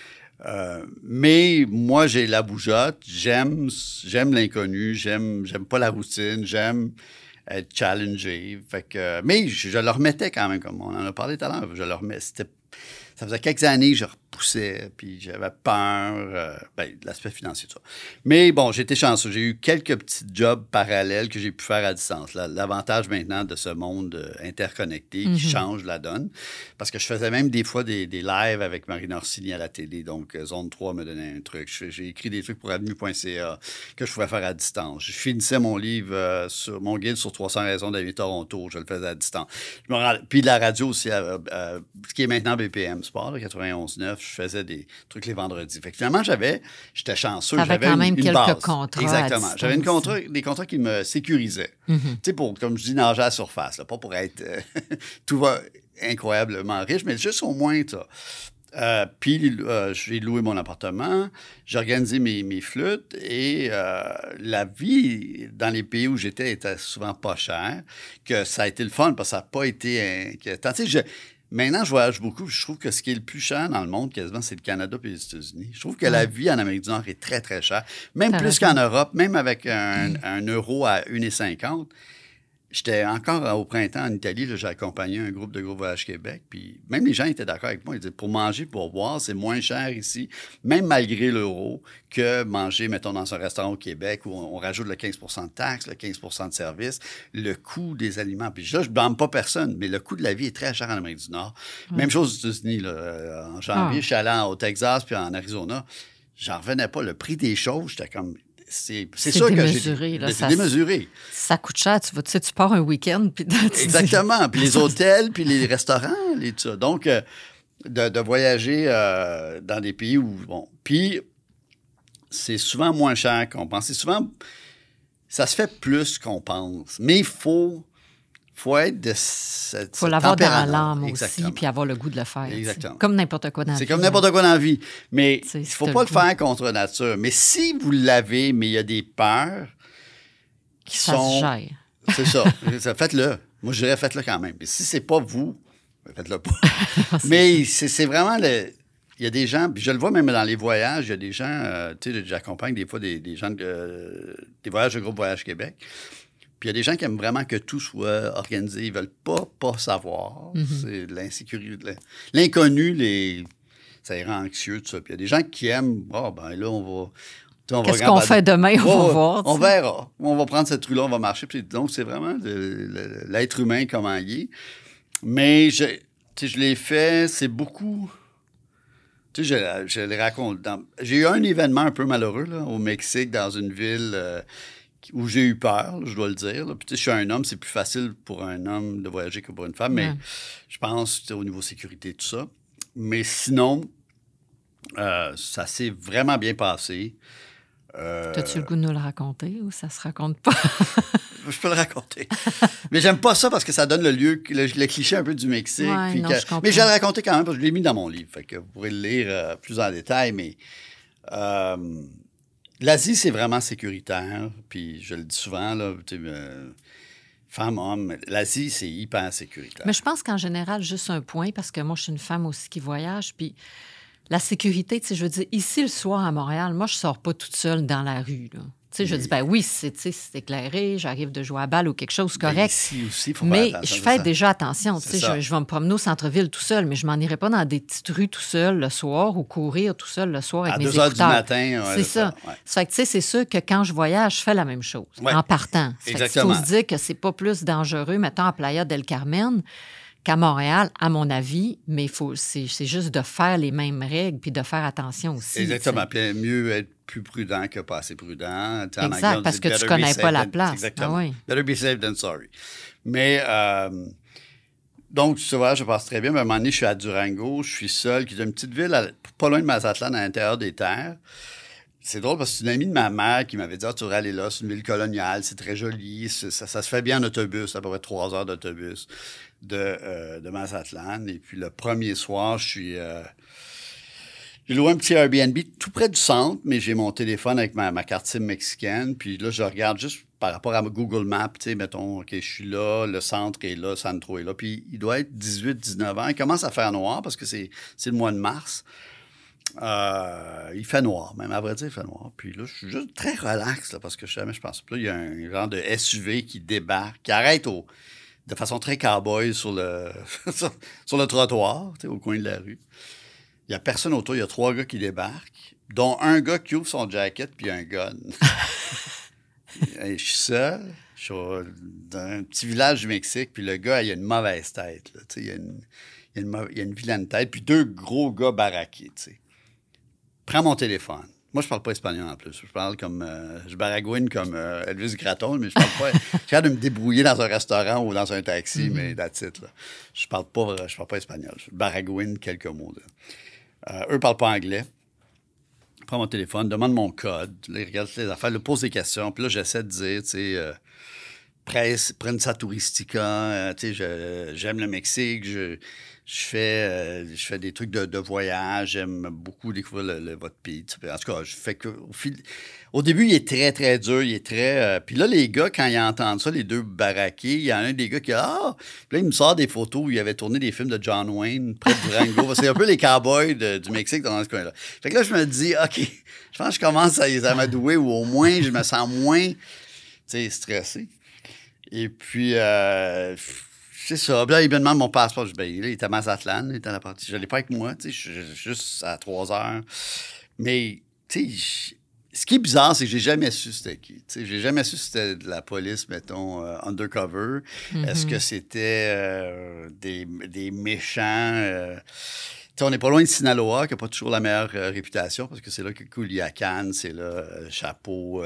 mais moi, j'ai la bougeotte. J'aime l'inconnu. J'aime pas la routine. J'aime être challengé. Fait que, mais je le remettais quand même, comme on en a parlé tout à l'heure. Je le remettais. Ça faisait quelques années que je repoussais, puis j'avais peur, de l'aspect financier, tout ça. Mais bon, j'étais chanceux. J'ai eu quelques petits jobs parallèles que j'ai pu faire à distance. L'avantage maintenant de ce monde interconnecté qui change la donne, parce que je faisais même des fois des lives avec Marine Orsini à la télé. Donc, Zone 3 me donnait un truc. J'ai écrit des trucs pour avenue.ca que je pouvais faire à distance. Je finissais mon livre, sur mon guide sur 300 raisons d'habiter Toronto. Je le faisais à distance. Puis la radio aussi, ce qui est maintenant BPM Sport, là, 91.9, je faisais des trucs les vendredis. Fait que finalement, j'étais chanceux. T'avais J'avais quand même une quelques base. contrats à Exactement. J'avais distance. des contrats qui me sécurisaient. Tu sais, pour, comme je dis, nager à la surface. Là, pas pour être tout va incroyablement riche, mais juste au moins, ça. Puis, j'ai loué mon appartement, j'ai organisé mes flûtes et la vie dans les pays où j'étais était souvent pas chère, que ça a été le fun parce que ça n'a pas été inquiétant. Tu sais, maintenant, je voyage beaucoup. Je trouve que ce qui est le plus cher dans le monde, quasiment, c'est le Canada et les États-Unis. Je trouve que la vie en Amérique du Nord est très, très chère. Même T'as plus raison. qu'en Europe, même avec un euro à 1,50. J'étais encore au printemps en Italie, là, j'ai accompagné un groupe de Gros Voyage Québec, puis même les gens étaient d'accord avec moi. Ils disaient, pour manger, pour boire, c'est moins cher ici, même malgré l'euro, que manger, mettons, dans un restaurant au Québec où on rajoute le 15 de taxes, le 15 de services, le coût des aliments. Puis là, je ne blâme pas personne, mais le coût de la vie est très cher en Amérique du Nord. Même chose aux États-Unis. Là. En janvier, je suis allé au Texas puis en Arizona. J'en revenais pas. Le prix des choses, j'étais comme... C'est sûr que démesuré, là, c'est démesuré. Ça coûte cher. Tu sais, tu pars un week-end, puis... Exactement. Puis les hôtels, puis les restaurants, tout ça. Donc, de voyager dans des pays où... Bon, puis c'est souvent moins cher qu'on pense. C'est souvent... Ça se fait plus qu'on pense. Mais il faut être de cette Il faut l'avoir dans tempérament. l'âme Exactement. aussi, puis avoir le goût de le faire. Exactement. Comme n'importe quoi dans la vie. C'est comme n'importe quoi dans la vie. Mais T'sais, il ne si faut t'as pas le le goût. faire contre nature. Mais si vous l'avez, mais il y a des peurs qui Ça sont... se gère. C'est ça. Faites-le. Moi, je dirais faites-le quand même. Mais si c'est pas vous, faites-le pas. Mais c'est vraiment le... Il y a des gens, puis je le vois même dans les voyages, il y a des gens, tu sais, j'accompagne des fois des gens des voyages de Groupe Voyage Québec. Puis il y a des gens qui aiment vraiment que tout soit organisé. Ils veulent pas savoir. C'est de l'insécurité. L'inconnu, ça les rend anxieux, tout ça. Puis il y a des gens qui aiment, ben là, Qu'est-ce qu'on fait demain? On va voir. On verra. On va prendre cette rue-là, on va marcher. Puis, donc, c'est vraiment l'être humain comment il est. Mais je l'ai fait, c'est beaucoup... Tu sais, je les raconte. J'ai eu un événement un peu malheureux là, au Mexique, dans une ville où j'ai eu peur, là, je dois le dire. Là. Puis, tu sais, je suis un homme, c'est plus facile pour un homme de voyager que pour une femme, mais je pense au niveau sécurité, tout ça. Mais sinon, ça s'est vraiment bien passé. T'as-tu le goût de nous le raconter ou ça se raconte pas? Je peux le raconter. Mais j'aime pas ça parce que ça donne le cliché un peu du Mexique. Ouais, puis je comprends. Mais je vais le raconter quand même parce que je l'ai mis dans mon livre. Fait que vous pourrez le lire plus en détail. Mais l'Asie, c'est vraiment sécuritaire. Puis je le dis souvent, là, femme, homme, l'Asie, c'est hyper sécuritaire. Mais je pense qu'en général, juste un point, parce que moi, je suis une femme aussi qui voyage, puis la sécurité, tu sais, je veux dire, ici, le soir à Montréal, moi, je sors pas toute seule dans la rue, là. Tu sais, je dis, ben oui, c'est éclairé, j'arrive de jouer à balle ou quelque chose, correct. Ici aussi, il faut mais faire attention. je fais déjà attention. Tu sais, je vais me promener au centre-ville tout seul, mais je m'en irai pas dans des petites rues tout seul le soir ou courir tout seul le soir avec mes écouteurs. À 2 heures du matin. C'est ça. Ouais. Ça fait que, tu sais, c'est sûr que quand je voyage, je fais la même chose, en partant. Il faut se dire que c'est pas plus dangereux, mettons, à Playa del Carmen qu'à Montréal, à mon avis, mais c'est juste de faire les mêmes règles puis de faire attention aussi. Exactement. Puis mieux être plus prudent que pas assez prudent. Exact, parce que tu connais pas la place. Exactement. Better be safe than sorry. Mais, donc, tu vois, je passe très bien. Mais à un moment donné, je suis à Durango, je suis seul, qui est une petite ville pas loin de Mazatlan, à l'intérieur des terres. C'est drôle parce que c'est une amie de ma mère qui m'avait dit tu devrais aller là, c'est une ville coloniale, c'est très joli, ça se fait bien en autobus, à peu près 3 heures d'autobus de Mazatlan. Et puis le premier soir, j'ai loué un petit Airbnb tout près du centre, mais j'ai mon téléphone avec ma carte SIM mexicaine. Puis là, je regarde juste par rapport à Google Maps, tu sais, mettons, OK, je suis là, le centre est là, Santro est là. Puis il doit être 18-19 ans. Il commence à faire noir parce que c'est le mois de mars. Il fait noir, même à vrai dire, il fait noir. Puis là, je suis juste très relax, là, parce que je pense pas. Il y a un genre de SUV qui débarque, qui arrête de façon très cow-boy sur le trottoir, au coin de la rue. Il n'y a personne autour, il y a 3 gars qui débarquent, dont un gars qui ouvre son jacket puis un gun. Je suis seul, je suis dans un petit village du Mexique, puis le gars, il a une mauvaise tête. Là, il a une vilaine tête, puis 2 gros gars baraqués, tu sais. Prends mon téléphone. Moi, je parle pas espagnol en plus. Je parle comme... je baragouine comme Elvis Gratton, mais je parle pas... Je suis capable de me débrouiller dans un restaurant ou dans un taxi, mais that's it, là. Je parle pas espagnol. Je baragouine quelques mots, là. Eux parlent pas anglais. Prends mon téléphone, demande mon code. Là, ils regardent les affaires, là, pose des questions. Puis là, j'essaie de dire, tu sais... Prensa Turistica, tu sais, j'aime le Mexique, je fais des trucs de voyage, j'aime beaucoup découvrir votre pays. En tout cas, je fais que au début, il est très, très dur, il est très... puis là, les gars, quand ils entendent ça, les 2 baraqués, il y en a un des gars qui puis là, il me sort des photos où il avait tourné des films de John Wayne près de Durango. C'est un peu les cowboys du Mexique dans ce coin-là. Fait que là, je me dis, OK, je pense que je commence à m'adouer ou au moins, je me sens moins, tu sais, stressé. Et puis, c'est ça. Puis là, il me demande mon passeport. Je dis, ben, il était à Mazatlan, il était à la partie. Je l'ai pas avec moi, tu sais, je suis juste à 3 heures. Mais, tu sais, ce qui est bizarre, c'est que j'ai jamais su c'était qui. Tu sais, j'ai jamais su si c'était de la police, mettons, undercover. Mm-hmm. Est-ce que c'était des méchants... Tu sais, on n'est pas loin de Sinaloa, qui n'a pas toujours la meilleure réputation, parce que c'est là que Culiacán, c'est là, Chapeau...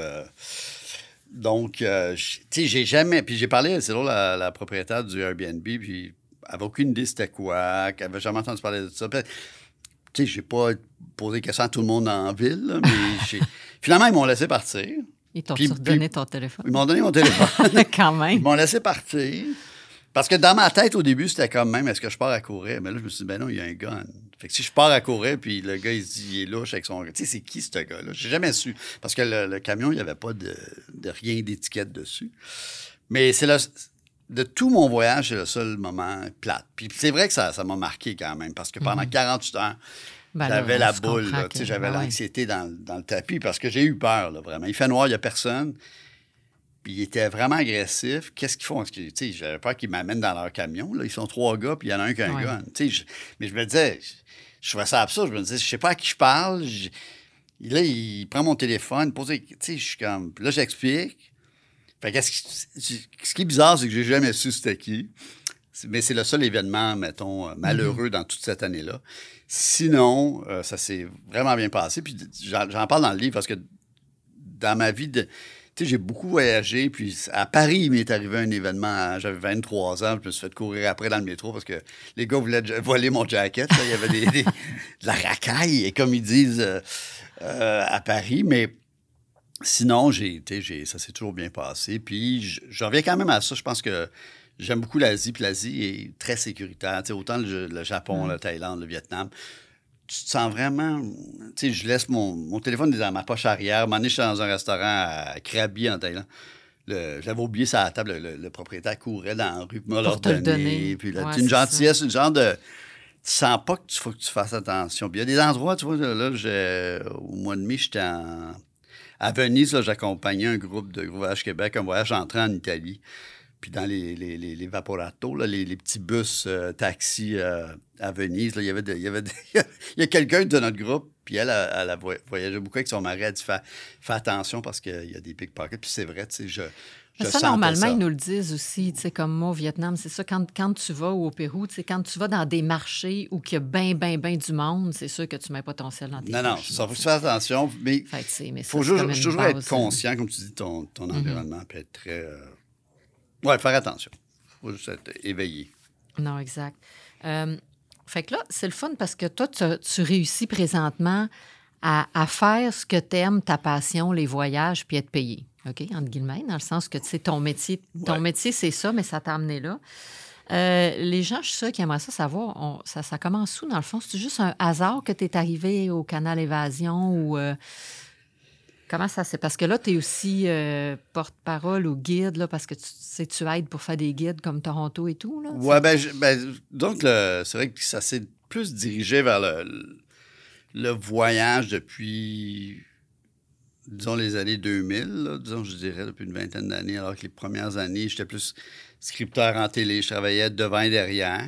Donc, tu sais, j'ai jamais... Puis j'ai parlé, c'est drôle, la propriétaire du Airbnb, puis elle n'avait aucune idée c'était quoi, qu'elle n'avait jamais entendu parler de ça. Puis, tu sais, j'ai pas posé des questions à tout le monde en ville, là, mais finalement, ils m'ont laissé partir. Ils t'ont donné ton téléphone. Ils m'ont donné mon téléphone. Quand même. Ils m'ont laissé partir. Parce que dans ma tête, au début, c'était comme même, est-ce que je pars à courir? Mais là, je me suis dit, ben non, il y a un gun. Fait que si je pars à courir, puis le gars, il se dit, il est louche avec son... Tu sais, c'est qui, ce gars-là? J'ai jamais su. Parce que le camion, il n'y avait pas de rien d'étiquette dessus. Mais c'est de tout mon voyage, c'est le seul moment plate. Puis c'est vrai que ça m'a marqué quand même, parce que pendant 48 heures, j'avais la boule, là, j'avais l'anxiété dans le tapis, parce que j'ai eu peur, là, vraiment. Il fait noir, il n'y a personne. Puis ils étaient vraiment agressifs. Qu'est-ce qu'ils font? Tu sais, j'avais peur qu'ils m'amènent dans leur camion. Là. Ils sont 3 gars, puis il y en a un qui a un gun. Tu sais, mais je me disais, je trouvais ça absurde. Je me disais, je sais pas à qui je parle. Là, il prend mon téléphone, pose, tu sais, je suis comme... Là, j'explique. Fait que ce qui est bizarre, c'est que j'ai jamais su c'était qui. Mais c'est le seul événement, mettons, malheureux dans toute cette année-là. Sinon, ça s'est vraiment bien passé. Puis j'en parle dans le livre parce que dans ma vie, tu sais, j'ai beaucoup voyagé. Puis à Paris, il m'est arrivé un événement. J'avais 23 ans. Je me suis fait courir après dans le métro parce que les gars voulaient voler mon jacket. Là. Il y avait de la racaille, comme ils disent à Paris. Mais sinon, ça s'est toujours bien passé. Puis je reviens quand même à ça. Je pense que j'aime beaucoup l'Asie, puis l'Asie est très sécuritaire. Tu sais, autant le Japon, la Thaïlande, le Vietnam. Tu te sens vraiment... Tu sais, je laisse mon téléphone dans ma poche arrière. Un moment donné, je suis dans un restaurant à Krabi, en Thaïlande. J'avais oublié ça à la table. Le propriétaire courait dans la rue pour me leur donner. Puis là, une gentillesse, une genre de... Tu sens pas qu'il faut que tu fasses attention. Puis il y a des endroits, tu vois, là, au mois de mai, j'étais à Venise, là, j'accompagnais un groupe de Voyage Québec, un voyage entrant en Italie. Puis dans les vaporatos, là, les petits bus taxis à Venise, là, il y a quelqu'un de notre groupe, puis elle voyageait beaucoup avec son mari. Elle dit fais attention parce qu'il y a des pickpockets. Puis c'est vrai, tu sais, ça, normalement, ils nous le disent aussi, tu sais, comme moi au Vietnam, c'est ça, quand tu vas au Pérou, tu sais, quand tu vas dans des marchés où il y a bien du monde, c'est sûr que tu ne mets pas ton ciel dans tes poches. Non, ça faut que tu fasses attention, mais il faut toujours être conscient, comme tu dis, ton environnement peut être très... Oui, faire attention. Il faut juste être éveillé. Non, exact. Fait que là, c'est le fun parce que toi, tu réussis présentement à faire ce que tu aimes, ta passion, les voyages, puis être payé. OK, entre guillemets, dans le sens que, tu sais, ton métier, c'est ça, mais ça t'a amené là. Les gens, je suis sûre qui aimeraient ça savoir, ça commence où, dans le fond? C'est juste un hasard que tu es arrivé au Canal Évasion ou... Comment ça c'est? Parce que là, tu es aussi porte-parole ou guide, là, parce que tu aides pour faire des guides comme Toronto et tout. Oui, donc, c'est vrai que ça s'est plus dirigé vers le voyage depuis, disons, les années 2000, là, disons, je dirais, depuis une vingtaine d'années, alors que les premières années, j'étais plus scripteur en télé, je travaillais devant et derrière.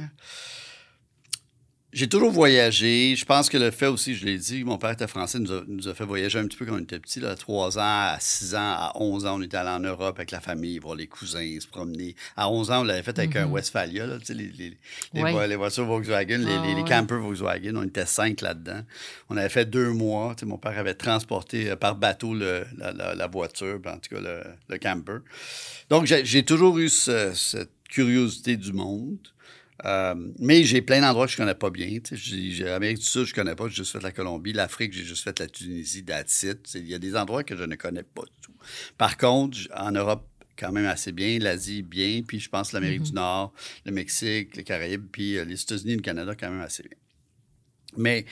J'ai toujours voyagé. Je pense que le fait aussi, je l'ai dit, mon père était français, nous a fait voyager un petit peu quand on était petits. Là, à 3 ans, à 6 ans, à 11 ans, on était allé en Europe avec la famille, voir les cousins, se promener. À 11 ans, on l'avait fait avec un Westphalia, là, tu sais, les voitures Volkswagen, les campers Volkswagen. On était 5 là-dedans. On avait fait 2 mois. Tu sais, mon père avait transporté par bateau la voiture, en tout cas le camper. Donc, j'ai toujours eu cette curiosité du monde. Mais j'ai plein d'endroits que je connais pas bien. L'Amérique du Sud, je connais pas. J'ai juste fait la Colombie. L'Afrique, j'ai juste fait la Tunisie, that's it. Il y a des endroits que je ne connais pas du tout. Par contre, en Europe, quand même assez bien. L'Asie, bien. Puis je pense l'Amérique du Nord, le Mexique, les Caraïbes, puis les États-Unis et le Canada, quand même assez bien. Mais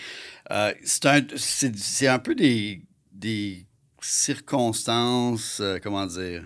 c'est un peu des circonstances, comment dire...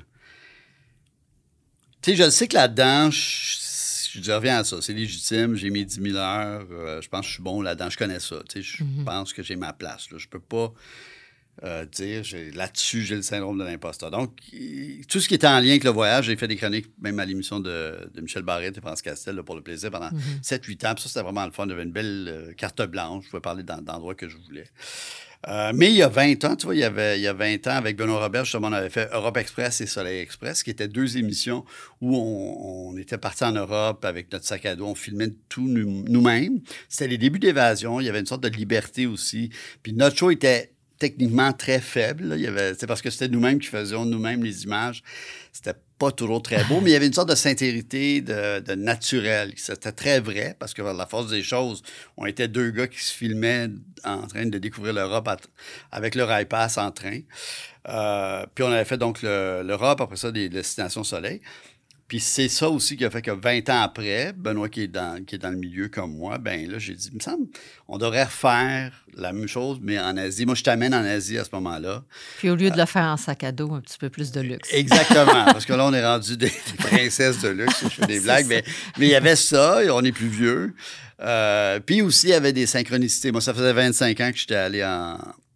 Tu sais, je sais que là-dedans... Je reviens à ça. C'est légitime. J'ai mes 10 000 heures. Je pense que je suis bon là-dedans. Je connais ça. Je pense que j'ai ma place. Là. Je peux pas dire là-dessus, j'ai le syndrome de l'imposteur. Donc, tout ce qui était en lien avec le voyage, j'ai fait des chroniques, même à l'émission de Michel Barrette et France Castel, là, pour le plaisir, pendant 7-8 ans. Puis ça, c'était vraiment le fun. J'avais une belle carte blanche. Je pouvais parler d'endroits que je voulais. Mais il y a 20 ans, tu vois, il y a 20 ans, avec Benoît Robert, justement, on avait fait Europe Express et Soleil Express, qui étaient 2 émissions où on était partis en Europe avec notre sac à dos, on filmait tout nous-mêmes. C'était les débuts d'Évasion, il y avait une sorte de liberté aussi. Puis notre show était techniquement très faible. C'est parce que c'était nous-mêmes qui faisions nous-mêmes les images. C'était pas toujours très beau, mais il y avait une sorte de sincérité, de naturel. C'était très vrai, parce que par la force des choses, on était 2 gars qui se filmaient en train de découvrir l'Europe avec leur iPass en train. Puis on avait fait donc l'Europe, après ça, des destinations soleil. Puis c'est ça aussi qui a fait que 20 ans après, Benoît qui est dans le milieu comme moi, ben là, j'ai dit, il me semble, on devrait refaire la même chose, mais en Asie. Moi, je t'amène en Asie à ce moment-là. Puis au lieu de le faire en sac à dos, un petit peu plus de luxe. Exactement, parce que là, on est rendu des princesses de luxe, je fais des blagues, mais il y avait ça, on est plus vieux. Puis aussi, il y avait des synchronicités. Moi, ça faisait 25 ans que j'étais allé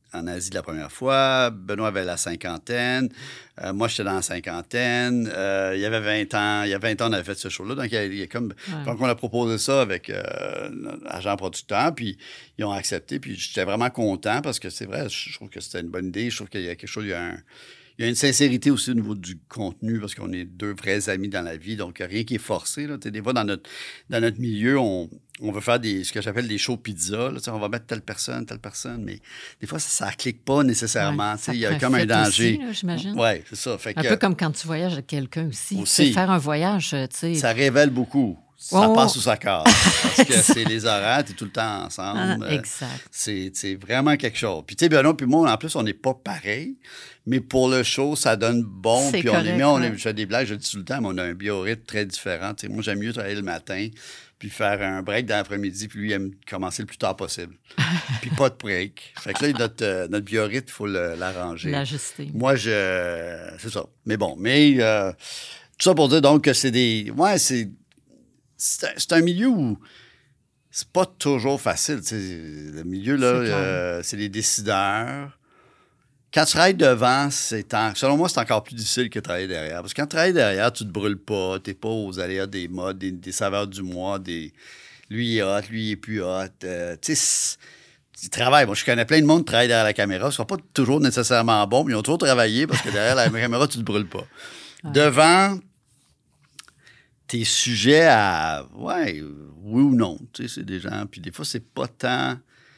en Asie la première fois. Benoît avait la cinquantaine. Moi, j'étais dans la cinquantaine. Il y avait 20 ans. Il y a 20 ans, on avait fait ce show-là. Donc, il y a comme... Donc, on a proposé ça avec l'agent producteur, puis ils ont accepté. Puis j'étais vraiment content parce que c'est vrai, je trouve que c'était une bonne idée. Je trouve qu'il y a quelque chose... Il y a une sincérité aussi au niveau du contenu parce qu'on est deux vrais amis dans la vie, donc rien qui est forcé. Là. Des fois, dans notre milieu, on veut faire ce que j'appelle des shows pizza. Là, on va mettre telle personne, mais des fois, ça ne clique pas nécessairement. Il y a comme un danger. Aussi, là, j'imagine. Oui, c'est ça. Fait un peu comme quand tu voyages avec quelqu'un aussi. Faire un voyage, tu sais. Ça révèle beaucoup. Ça passe sous sa carte. Parce que c'est les horaires, tu es tout le temps ensemble. Exact. C'est vraiment quelque chose. Puis, tu sais, Benoît puis moi, en plus, on n'est pas pareil, mais pour le show, ça donne bon. C'est puis, correct, je fais des blagues, je le dis tout le temps, mais on a un biorhythme très différent. Tu sais, moi, j'aime mieux travailler le matin, puis faire un break dans l'après-midi, puis lui, il aime commencer le plus tard possible. Puis, pas de break. Fait que là, notre biorhythme, il faut l'arranger. L'ajuster. Moi, c'est ça. Mais bon, tout ça pour dire donc que c'est des. Ouais, c'est un milieu où c'est pas toujours facile. Le milieu, là, c'est les décideurs. Quand tu travailles devant, selon moi, c'est encore plus difficile que de travailler derrière. Parce que quand tu travailles derrière, tu te brûles pas, tu n'es pas aux aléas des modes, des saveurs du mois, lui, il est hot, lui, il est plus hot. Tu sais, ils travaillent. Moi, je connais plein de monde qui travaille derrière la caméra. Ils ne sont pas toujours nécessairement bons, mais ils ont toujours travaillé parce que derrière la caméra, tu ne te brûles pas. Ouais. Devant, t'es sujet à, oui ou non. Tu sais, c'est des gens. Puis des fois, c'est pas tant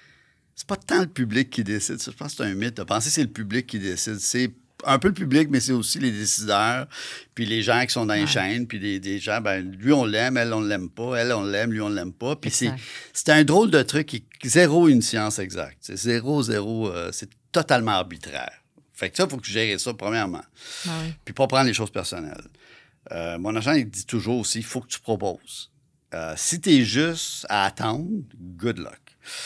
le public qui décide. Je pense que c'est un mythe de penser que c'est le public qui décide. C'est un peu le public, mais c'est aussi les décideurs, puis les gens qui sont dans les chaînes, puis des gens, ben lui, on l'aime, elle, on l'aime pas, elle, on l'aime, lui, on l'aime pas. Puis c'est un drôle de truc qui est zéro une science exacte. C'est zéro, c'est totalement arbitraire. Fait que ça, il faut que tu gères ça, premièrement. Puis pas prendre les choses personnelles. Mon agent, il dit toujours aussi, il faut que tu proposes. Si tu es juste à attendre, good luck.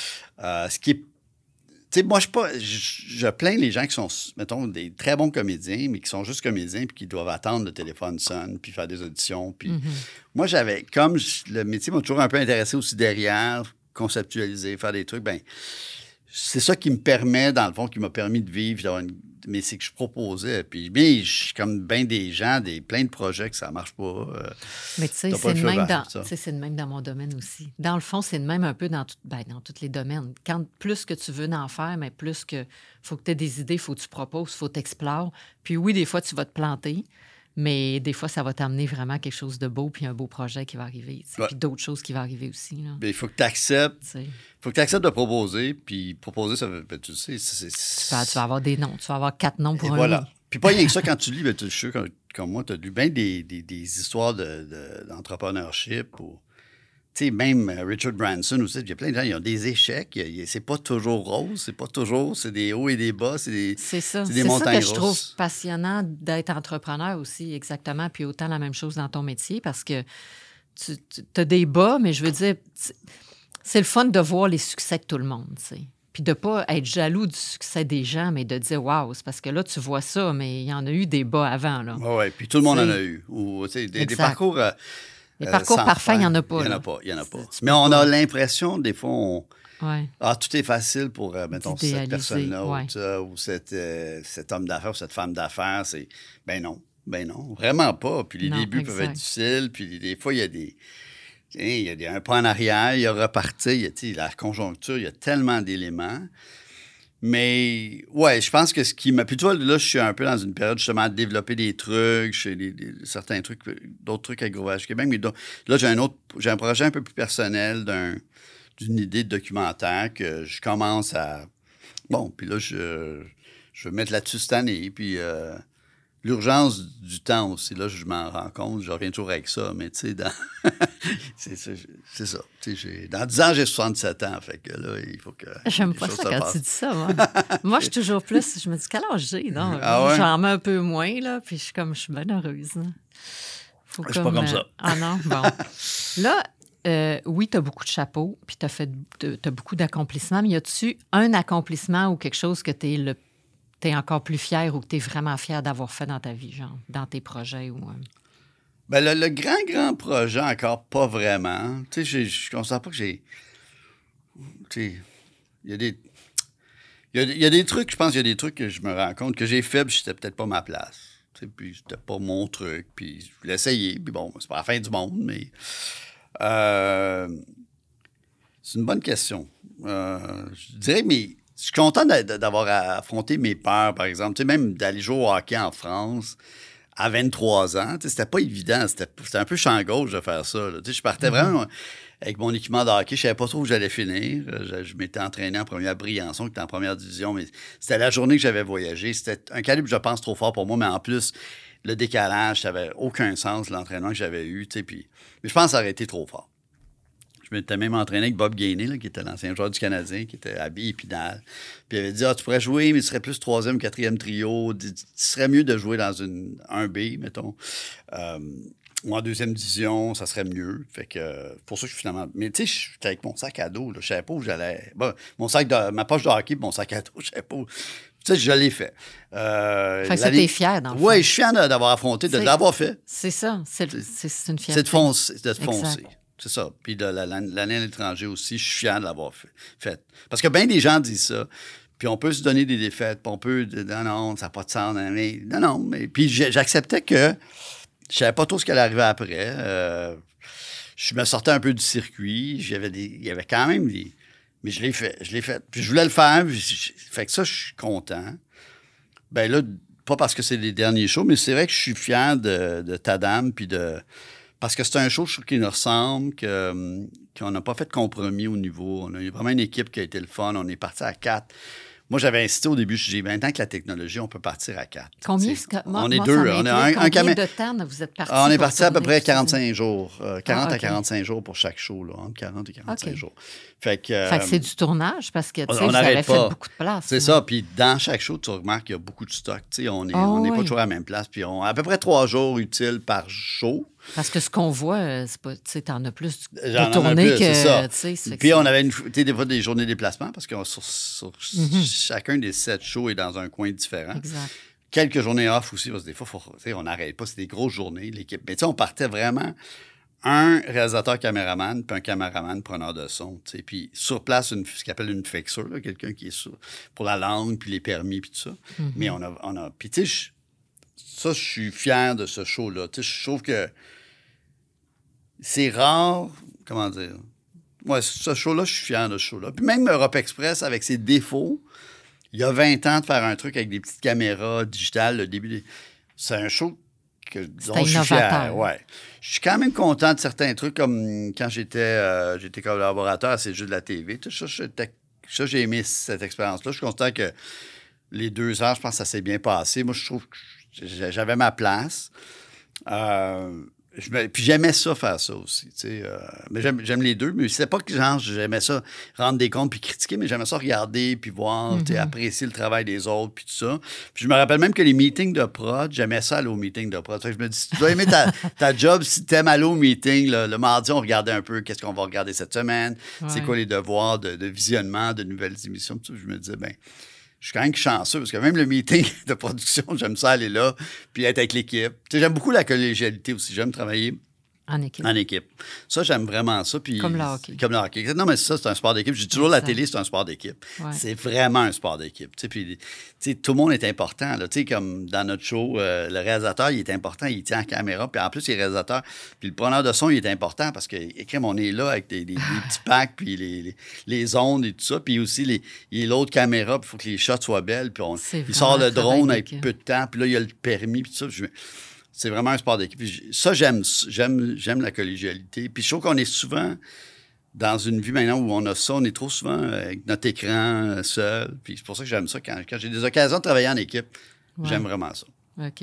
Ce qui est... Tu sais, moi, je plains les gens qui sont, mettons, des très bons comédiens, mais qui sont juste comédiens puis qui doivent attendre le téléphone sonne puis faire des auditions. Puis moi, comme le métier m'a toujours un peu intéressé aussi derrière, conceptualiser, faire des trucs, ben c'est ça qui me permet, dans le fond, qui m'a permis de vivre, mais c'est que je proposais. Puis, bien, je suis comme bien des gens, plein de projets que ça marche pas. Mais tu sais, c'est le même dans mon domaine aussi. Dans le fond, c'est le même un peu dans tous les domaines. Quand plus que tu veux en faire, mais plus que faut que tu aies des idées, il faut que tu proposes, il faut que tu explores. Puis oui, des fois, tu vas te planter, mais des fois, ça va t'amener vraiment quelque chose de beau, puis un beau projet qui va arriver. Puis d'autres choses qui vont arriver aussi. Il faut que tu acceptes. Il faut que tu acceptes de proposer, puis proposer, ça veut... Ben, tu sais, tu vas avoir des noms. Tu vas avoir 4 noms pour un voilà. oui. Puis pas rien que ça, quand tu lis, ben, je suis sûr, comme moi, tu as lu bien des histoires d'entrepreneurship. Tu sais, même Richard Branson aussi, il y a plein de gens, ils ont des échecs. C'est pas toujours rose, c'est des hauts et des bas, c'est des montagnes russes. C'est ça que je trouve passionnant d'être entrepreneur aussi, exactement, puis autant la même chose dans ton métier, parce que tu as des bas, mais je veux dire... C'est le fun de voir les succès de tout le monde, tu sais. Puis de ne pas être jaloux du succès des gens, mais de dire « Wow, c'est parce que là, tu vois ça, mais il y en a eu des bas avant, là. » Oui, puis tout le monde en a eu. Ou, des parcours... les parcours parfaits, il n'y en a pas. Il n'y en a pas. Mais on a l'impression, des fois, tout est facile pour, mettons, cette personne-là ou cet homme d'affaires ou cette femme d'affaires. Ben non, vraiment pas. Puis les débuts peuvent être difficiles, puis des fois, il y a un pas en arrière, il y a reparti, la conjoncture, il y a tellement d'éléments. Mais, ouais, je pense que ce qui m'a... Puis tu vois, là, je suis un peu dans une période, justement, de développer des trucs, certains trucs, d'autres trucs avec Grovage Québec. Mais là, j'ai un projet un peu plus personnel d'une idée de documentaire que je commence à... Bon, puis là, je vais mettre là-dessus cette année, puis... l'urgence du temps aussi, là, je m'en rends compte, je reviens toujours avec ça, mais tu sais, c'est ça. Dans 10 ans, j'ai 67 ans, fait que là, il faut que... J'aime pas ça quand tu dis ça, moi. Moi, je suis toujours plus... Je me dis, quel âge j'ai, non? J'en mets un peu moins, là, puis je suis bien heureuse. Je suis pas comme ça. Ah non? Bon. Là, oui, tu as beaucoup de chapeaux, puis tu as beaucoup d'accomplissements, mais y a-tu un accomplissement ou quelque chose que tu es encore plus fier ou que tu es vraiment fier d'avoir fait dans ta vie, genre, dans tes projets ou... Ben, le grand projet, encore pas vraiment. Tu sais, je ne considère pas que j'ai... Tu sais, il y Il y a des trucs, je pense qu'il y a des trucs que je me rends compte que j'ai fait, puis c'était peut-être pas ma place. Puis c'était pas mon truc, puis je voulais essayer, puis bon, c'est pas la fin du monde, mais... c'est une bonne question. Je dirais, mais je suis content d'avoir affronté mes peurs, par exemple. Tu sais, même d'aller jouer au hockey en France à 23 ans, tu sais, c'était pas évident. C'était un peu champ gauche de faire ça. Là. Tu sais, je partais vraiment avec mon équipement de hockey. Je savais pas trop où j'allais finir. Je m'étais entraîné en première à Briançon, qui était en première division, mais c'était la journée que j'avais voyagé. C'était un calibre, je pense, trop fort pour moi, mais en plus, le décalage, ça n'avait aucun sens, l'entraînement que j'avais eu. Tu sais, mais je pense que ça aurait été trop fort. Je m'étais même entraîné avec Bob Gainey, là, qui était l'ancien joueur du Canadien, qui était à Épinal. Puis il avait dit, tu pourrais jouer, mais tu serais plus 3e, 4e trio. Tu serais mieux de jouer dans une 1B, mettons. Ou en 2e division, ça serait mieux. Fait que, pour ça que je suis finalement... Mais tu sais, j'étais avec mon sac à dos. Je savais pas où j'allais. Bon, ma poche de hockey, mon sac à dos, je savais pas où... Tu sais, je l'ai fait. Fait que ça, t'es fier, dans le fond. Oui, je suis fier d'avoir affronté, de l'avoir fait. C'est ça. C'est une fierté. C'est de foncer. C'est ça. Puis de l'année à l'étranger aussi, je suis fier de l'avoir fait. Parce que bien des gens disent ça. Puis on peut se donner des défaites, puis on peut dire non, ça n'a pas de sens. Mais non. Mais, puis j'acceptais que je savais pas trop ce qui allait arriver après. Je me sortais un peu du circuit. Il y avait quand même des... Mais je l'ai fait. Puis je voulais le faire. Fait que ça, je suis content. Ben là, pas parce que c'est les derniers shows, mais c'est vrai que je suis fier de Tadam, puis de... Parce que c'est un show, je trouve, qui nous ressemble, qu'on n'a pas fait de compromis au niveau. On a eu vraiment une équipe qui a été le fun. On est parti à 4. Moi, j'avais insisté au début, je dis, maintenant que la technologie, on peut partir à 4. Combien? On est deux. On a combien de temps vous êtes partis? On est parti à peu près 45 jours. 40 à 45 jours pour chaque show, là, entre 40 et 45 jours. Fait que c'est du tournage parce que vous avez fait beaucoup de place. C'est ça. Puis dans chaque show, tu remarques qu'il y a beaucoup de stock. On n'est pas toujours à la même place. Puis à peu près 3 jours utiles par show. Parce que ce qu'on voit, c'est pas, tu sais, t'en as plus de tournées que... C'est ça. Puis on avait des fois des journées de déplacement parce que sur chacun des 7 shows est dans un coin différent. Exact. Quelques journées off aussi, parce que des fois, on n'arrête pas, c'est des grosses journées, l'équipe. Mais tu sais, on partait vraiment un réalisateur caméraman puis un caméraman preneur de son. Puis sur place, ce qu'on appelle une fixeur, là, quelqu'un qui est pour la langue, puis les permis, puis tout ça. Mais on a puis tu sais, ça, je suis fier de ce show-là. Tu sais, je trouve que c'est rare, comment dire... Ouais, ce show-là, je suis fier de ce show-là. Puis même Europe Express, avec ses défauts, il y a 20 ans de faire un truc avec des petites caméras digitales, le début... C'est un show dont je suis fier. Ouais. Je suis quand même content de certains trucs, comme quand j'étais collaborateur à ces jeux de la TV. Tout ça, j'ai aimé cette expérience-là. Je suis content que les 2 heures, je pense que ça s'est bien passé. Moi, je trouve que j'avais ma place. Puis j'aimais ça, faire ça aussi. Mais j'aime les deux. Mais c'est pas que genre, j'aimais ça, rendre des comptes puis critiquer, mais j'aimais ça regarder puis voir, apprécier le travail des autres puis tout ça. Puis je me rappelle même que les meetings de prod, j'aimais ça aller aux meetings de prod. Fait que je me dis, si tu dois aimer ta job, si tu aimes aller au meeting, le mardi, on regardait un peu qu'est-ce qu'on va regarder cette semaine, c'est quoi les devoirs de visionnement de nouvelles émissions. Tout ça. Je me disais, je suis quand même chanceux parce que même le meeting de production, j'aime ça aller là puis être avec l'équipe. Tu sais, j'aime beaucoup la collégialité aussi. J'aime travailler en équipe. Ça, j'aime vraiment ça. Puis, comme le hockey. Comme le hockey. Non, mais ça, c'est un sport d'équipe. Je dis toujours, la télé, c'est un sport d'équipe. Ouais. C'est vraiment un sport d'équipe. Tu sais, puis, tout le monde est important. Là. Tu sais, comme dans notre show, le réalisateur, il est important. Il tient la caméra. Puis en plus, il est réalisateur. Puis le preneur de son, il est important parce que, comme on est là avec des petits packs, puis les ondes et tout ça. Puis aussi, il y a l'autre caméra. Puis il faut que les shots soient belles. Puis il sort le drone avec peu de temps. Puis là, il y a le permis. Puis tout ça. C'est vraiment un sport d'équipe. Ça, j'aime la collégialité. Puis je trouve qu'on est souvent dans une vie maintenant où on a ça. On est trop souvent avec notre écran seul. Puis c'est pour ça que j'aime ça. Quand j'ai des occasions de travailler en équipe, j'aime vraiment ça. OK.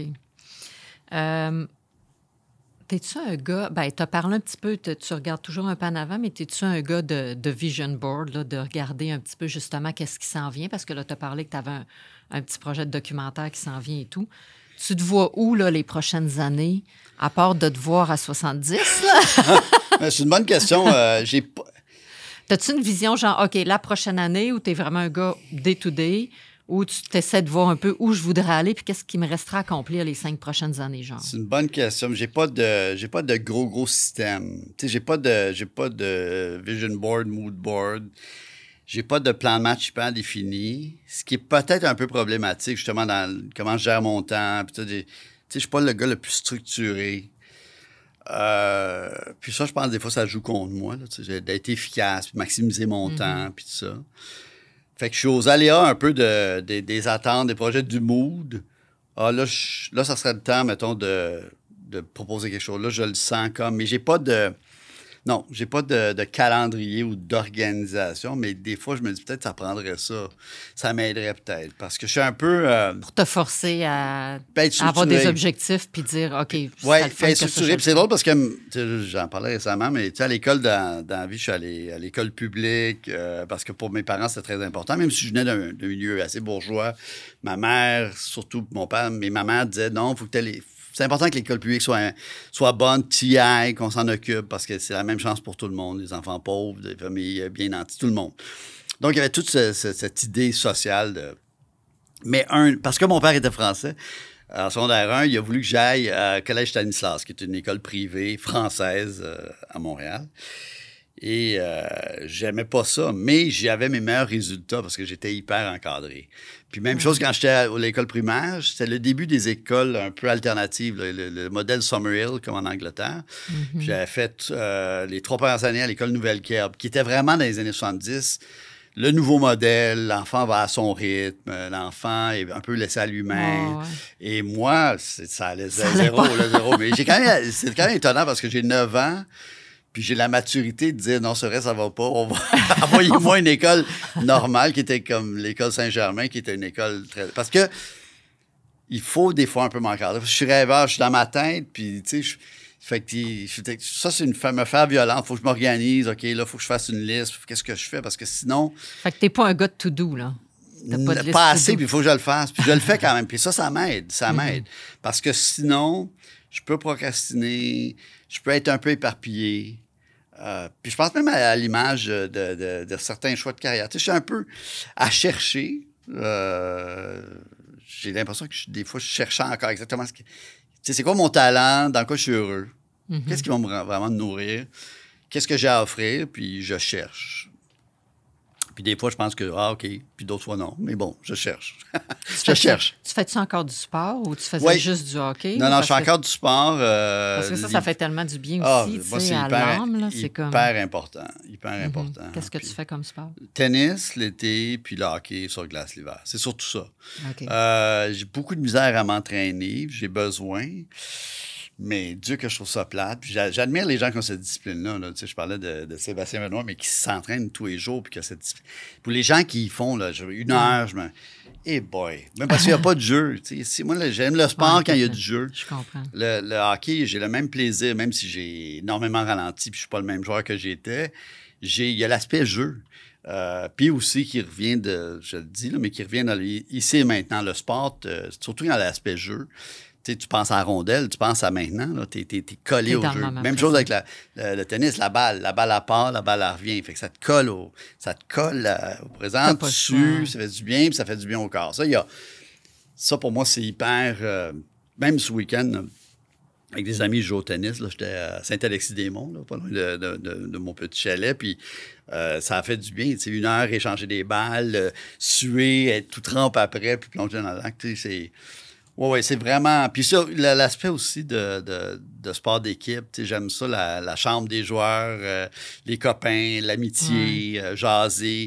T'es-tu un gars... tu as parlé un petit peu, tu regardes toujours un peu en avant, mais t'es-tu un gars de vision board, là, de regarder un petit peu justement qu'est-ce qui s'en vient? Parce que là, tu as parlé que tu avais un petit projet de documentaire qui s'en vient et tout. Tu te vois où, là, les prochaines années, à part de te voir à 70, là? C'est une bonne question. J'ai pas... T'as-tu une vision, genre, OK, la prochaine année, où t'es vraiment un gars day-to-day, où tu t'essaies de voir un peu où je voudrais aller, puis qu'est-ce qui me restera à accomplir les 5 prochaines années, genre? C'est une bonne question. J'ai pas de gros système. Tu sais, j'ai pas de vision board, mood board. j'ai pas de plan de match hyper défini, ce qui est peut-être un peu problématique, justement, dans comment je gère mon temps. Puis, tu sais, je suis pas le gars le plus structuré. Puis ça, je pense, des fois, ça joue contre moi, là, d'être efficace, puis maximiser mon temps, puis tout ça. Fait que je suis aux aléas un peu des attentes, des projets du mood. Là, ça serait le temps, mettons, de proposer quelque chose. Là, je le sens comme... Mais j'ai pas de calendrier ou d'organisation, mais des fois, je me dis peut-être que ça prendrait ça. Ça m'aiderait peut-être, parce que je suis un peu... Pour te forcer à être avoir des objectifs puis dire, OK, oui, être structuré. C'est drôle parce que, j'en parlais récemment, mais à l'école, dans la vie, je suis allé à l'école publique parce que pour mes parents, c'était très important. Même si je venais d'un milieu assez bourgeois, ma mère, surtout mon père, mais ma mère disait, non, il faut que tu aies c'est important que l'école publique soit bonne, tu y ailles, qu'on s'en occupe, parce que c'est la même chance pour tout le monde, les enfants pauvres, des familles bien nanties, tout le monde. Donc, il y avait toute cette idée sociale Mais parce que mon père était français, en secondaire 1, il a voulu que j'aille au Collège Stanislas, qui est une école privée française à Montréal. Et j'aimais pas ça, mais j'avais mes meilleurs résultats parce que j'étais hyper encadré. Puis même chose quand j'étais à l'école primaire, c'était le début des écoles un peu alternatives, le modèle Summerhill, comme en Angleterre. Puis j'avais fait les 3 premières années à l'école Nouvelle-Kerbe, qui était vraiment dans les années 70. Le nouveau modèle, l'enfant va à son rythme, l'enfant est un peu laissé à lui-même. Et moi, ça allait zéro. Mais c'est quand même étonnant parce que j'ai 9 ans. Puis j'ai la maturité de dire, non, c'est vrai, ça va pas. Envoyez-moi une école normale qui était comme l'école Saint-Germain, qui était une école très... Parce que il faut des fois un peu m'encadrer. Je suis rêveur, je suis dans ma tête, puis tu sais, ça, c'est me faire violent. Il faut que je m'organise. OK, là, il faut que je fasse une liste. Qu'est-ce que je fais? Parce que sinon... Fait que t'es pas un gars de to-do, là. Pas assez, puis il faut que je le fasse. Puis je le fais quand même. Puis ça m'aide. Ça m'aide. Parce que sinon, je peux procrastiner, je peux être un peu éparpillé. Puis je pense même à l'image de certains choix de carrière. Tu sais, je suis un peu à chercher. J'ai l'impression que des fois, je cherche encore exactement ce que... Tu sais, c'est quoi mon talent? Dans quoi je suis heureux? Qu'est-ce qui va vraiment me nourrir? Qu'est-ce que j'ai à offrir? Puis je cherche. Puis des fois, je pense que, OK. Puis d'autres fois, non. Mais bon, je cherche. Je cherche. Tu fais-tu encore du sport ou tu faisais juste du hockey? Non, je fais encore du sport. Parce que ça fait tellement du bien aussi, tu sais, à l'âme. Là, c'est hyper important. Hyper important. Qu'est-ce que tu fais comme sport? Tennis l'été, puis le hockey sur glace l'hiver. C'est surtout ça. Okay. J'ai beaucoup de misère à m'entraîner. J'ai besoin. Mais Dieu que je trouve ça plate. Puis j'admire les gens qui ont cette discipline-là. Là. Tu sais, je parlais de Sébastien Benoît, mais qui s'entraînent tous les jours. Puis qui a cette discipline. Pour les gens qui font là, 1 heure, je me... Eh boy! Même parce qu'il n'y a pas de jeu. Tu sais, moi, j'aime le sport quand il y a du jeu. Je comprends. Le hockey, j'ai le même plaisir, même si j'ai énormément ralenti puis je ne suis pas le même joueur que j'étais. Il y a l'aspect jeu. Puis aussi qui revient je le dis, là, mais qui revient ici et maintenant. Le sport, surtout dans l'aspect jeu. Tu sais, tu penses à la rondelle, tu penses à maintenant, tu es collé au jeu. Même chose avec le tennis, la balle elle part, la balle elle revient. Fait que ça te colle au présent, tu sues, ça fait du bien, puis ça fait du bien au corps. Ça pour moi, c'est hyper... même ce week-end, avec des amis, je joue au tennis, là, j'étais à Saint-Alexis-des-Monts, là, pas loin de mon petit chalet, puis ça a fait du bien. 1 heure, échanger des balles, suer, être tout trempe après, puis plonger dans le lac, tu sais, c'est... Oui, c'est vraiment... Puis ça, l'aspect aussi de sport d'équipe, tu sais, j'aime ça, la chambre des joueurs, les copains, l'amitié, jaser,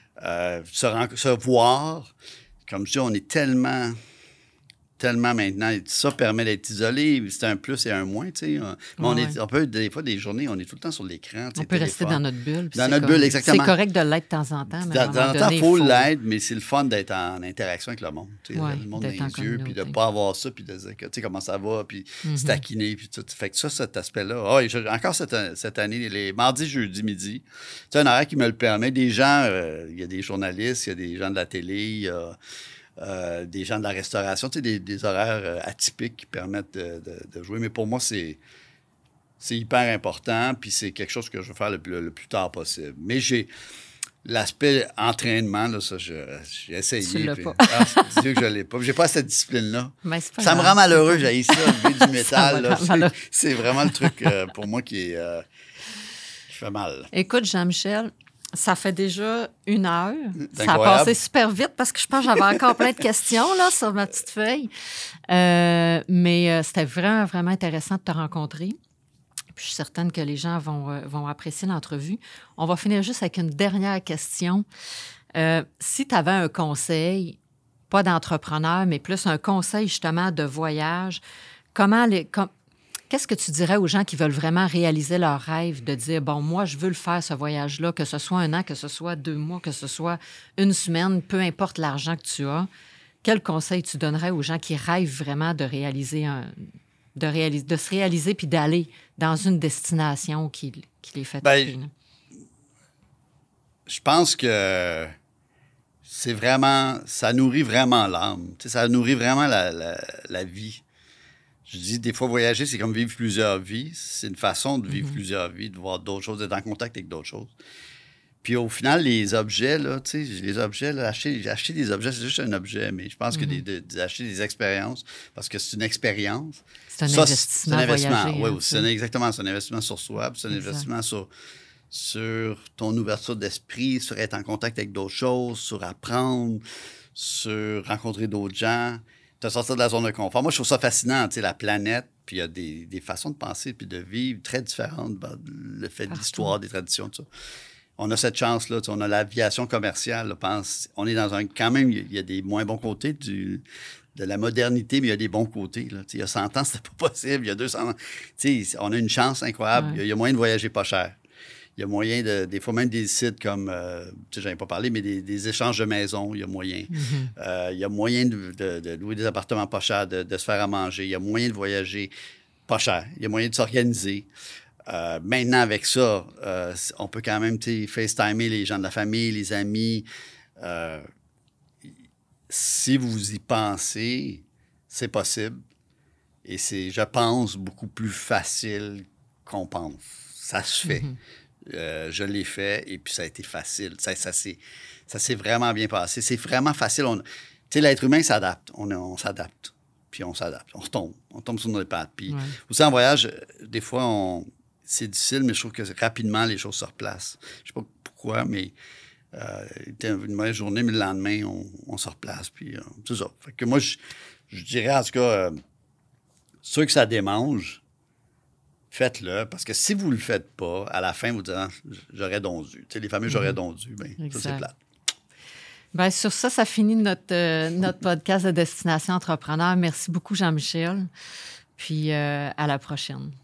se voir. Comme je dis, on est tellement maintenant. Ça permet d'être isolé. C'est un plus et un moins, tu sais. On peut, des fois, des journées, on est tout le temps sur l'écran. On peut rester dans notre bulle. Dans notre bulle, exactement. C'est correct de l'être de temps en temps. Mais de temps en temps, il faut l'être, mais c'est le fun d'être en interaction avec le monde. Le monde dans les yeux, puis de ne pas avoir ça, puis de dire tu sais comment ça va, puis se taquiner, puis tout. Fait que ça, cet aspect-là. Encore cette année, les mardis, jeudi, midi, c'est un horaire qui me le permet. Des gens, il y a des journalistes, il y a des gens de la télé, il y a... des gens de la restauration, tu sais, des horaires atypiques qui permettent de jouer. Mais pour moi, c'est hyper important, puis c'est quelque chose que je veux faire le plus tard possible. Mais j'ai l'aspect entraînement, là, ça, j'ai essayé. Tu l'as pas. C'est Dieu que je ne l'ai pas. J'ai pas cette discipline-là. Ça me rend malheureux, j'ai ça, lever du métal. C'est vraiment le truc pour moi qui fait mal. Écoute, Jean-Michel, Ça fait déjà 1 heure. C'est Ça a incroyable. passé super vite parce que je pense que j'avais encore plein de questions là, sur ma petite feuille. Mais c'était vraiment, vraiment intéressant de te rencontrer. Puis je suis certaine que les gens vont apprécier l'entrevue. On va finir juste avec une dernière question. Si tu avais un conseil, pas d'entrepreneur, mais plus un conseil justement de voyage, qu'est-ce que tu dirais aux gens qui veulent vraiment réaliser leur rêve de dire, bon, moi, je veux le faire, ce voyage-là, que ce soit 1 an, que ce soit 2 mois, que ce soit 1 semaine, peu importe l'argent que tu as. Quel conseil tu donnerais aux gens qui rêvent vraiment de se réaliser puis d'aller dans une destination qui les fait triper, là? Je pense que c'est vraiment... Ça nourrit vraiment l'âme. Tu sais, ça nourrit vraiment la vie. Je dis, des fois, voyager, c'est comme vivre plusieurs vies. C'est une façon de vivre plusieurs vies, de voir d'autres choses, d'être en contact avec d'autres choses. Puis au final, les objets, là, tu sais, les objets, là, acheter des objets, c'est juste un objet, mais je pense que d'acheter des expériences, parce que c'est une expérience. C'est un investissement. C'est un investissement, voyager, oui, hein, c'est exactement. C'est un investissement sur soi, puis c'est un Exact. investissement sur ton ouverture d'esprit, sur être en contact avec d'autres choses, sur apprendre, sur rencontrer d'autres gens, te sortir de la zone de confort. Moi, je trouve ça fascinant, tu sais, la planète, puis il y a des façons de penser puis de vivre très différentes, le fait de l'histoire, des traditions, tout ça. On a cette chance-là, tu sais, on a l'aviation commerciale, là, on est dans quand même, il y a des moins bons côtés de la modernité, mais il y a des bons côtés, là. Tu sais, il y a 100 ans, c'était pas possible, il y a 200 ans. Tu sais, on a une chance incroyable, Ouais. il y a moyen de voyager pas cher. Il y a moyen des fois même des sites comme, tu sais, j'en ai pas parlé, mais des échanges de maisons, il y a moyen. Il y a moyen de louer des appartements pas chers, de se faire à manger. Il y a moyen de voyager pas cher. Il y a moyen de s'organiser. Maintenant, avec ça, on peut quand même, tu sais, FaceTimer les gens de la famille, les amis. Si vous y pensez, c'est possible. Et c'est, je pense, beaucoup plus facile qu'on pense. Ça se fait. Je l'ai fait et puis ça a été facile. Ça s'est vraiment bien passé. C'est vraiment facile. Tu sais, l'être humain s'adapte. On s'adapte. Puis on s'adapte. On retombe. On tombe sur nos pattes. Puis aussi en voyage, des fois, c'est difficile, mais je trouve que rapidement, les choses se replacent. Je sais pas pourquoi, mais c'était une mauvaise journée, mais le lendemain, on se replace. Puis c'est ça. Fait que moi, je dirais en tout cas, ceux que ça démange, faites-le, parce que si vous ne le faites pas, à la fin, vous dites « j'aurais donc dû ». Tu sais, les fameux « j'aurais donc dû », bien, ça, c'est plate. Bien, sur ça, ça finit notre podcast de Destination Entrepreneur. Merci beaucoup, Jean-Michel. Puis, à la prochaine.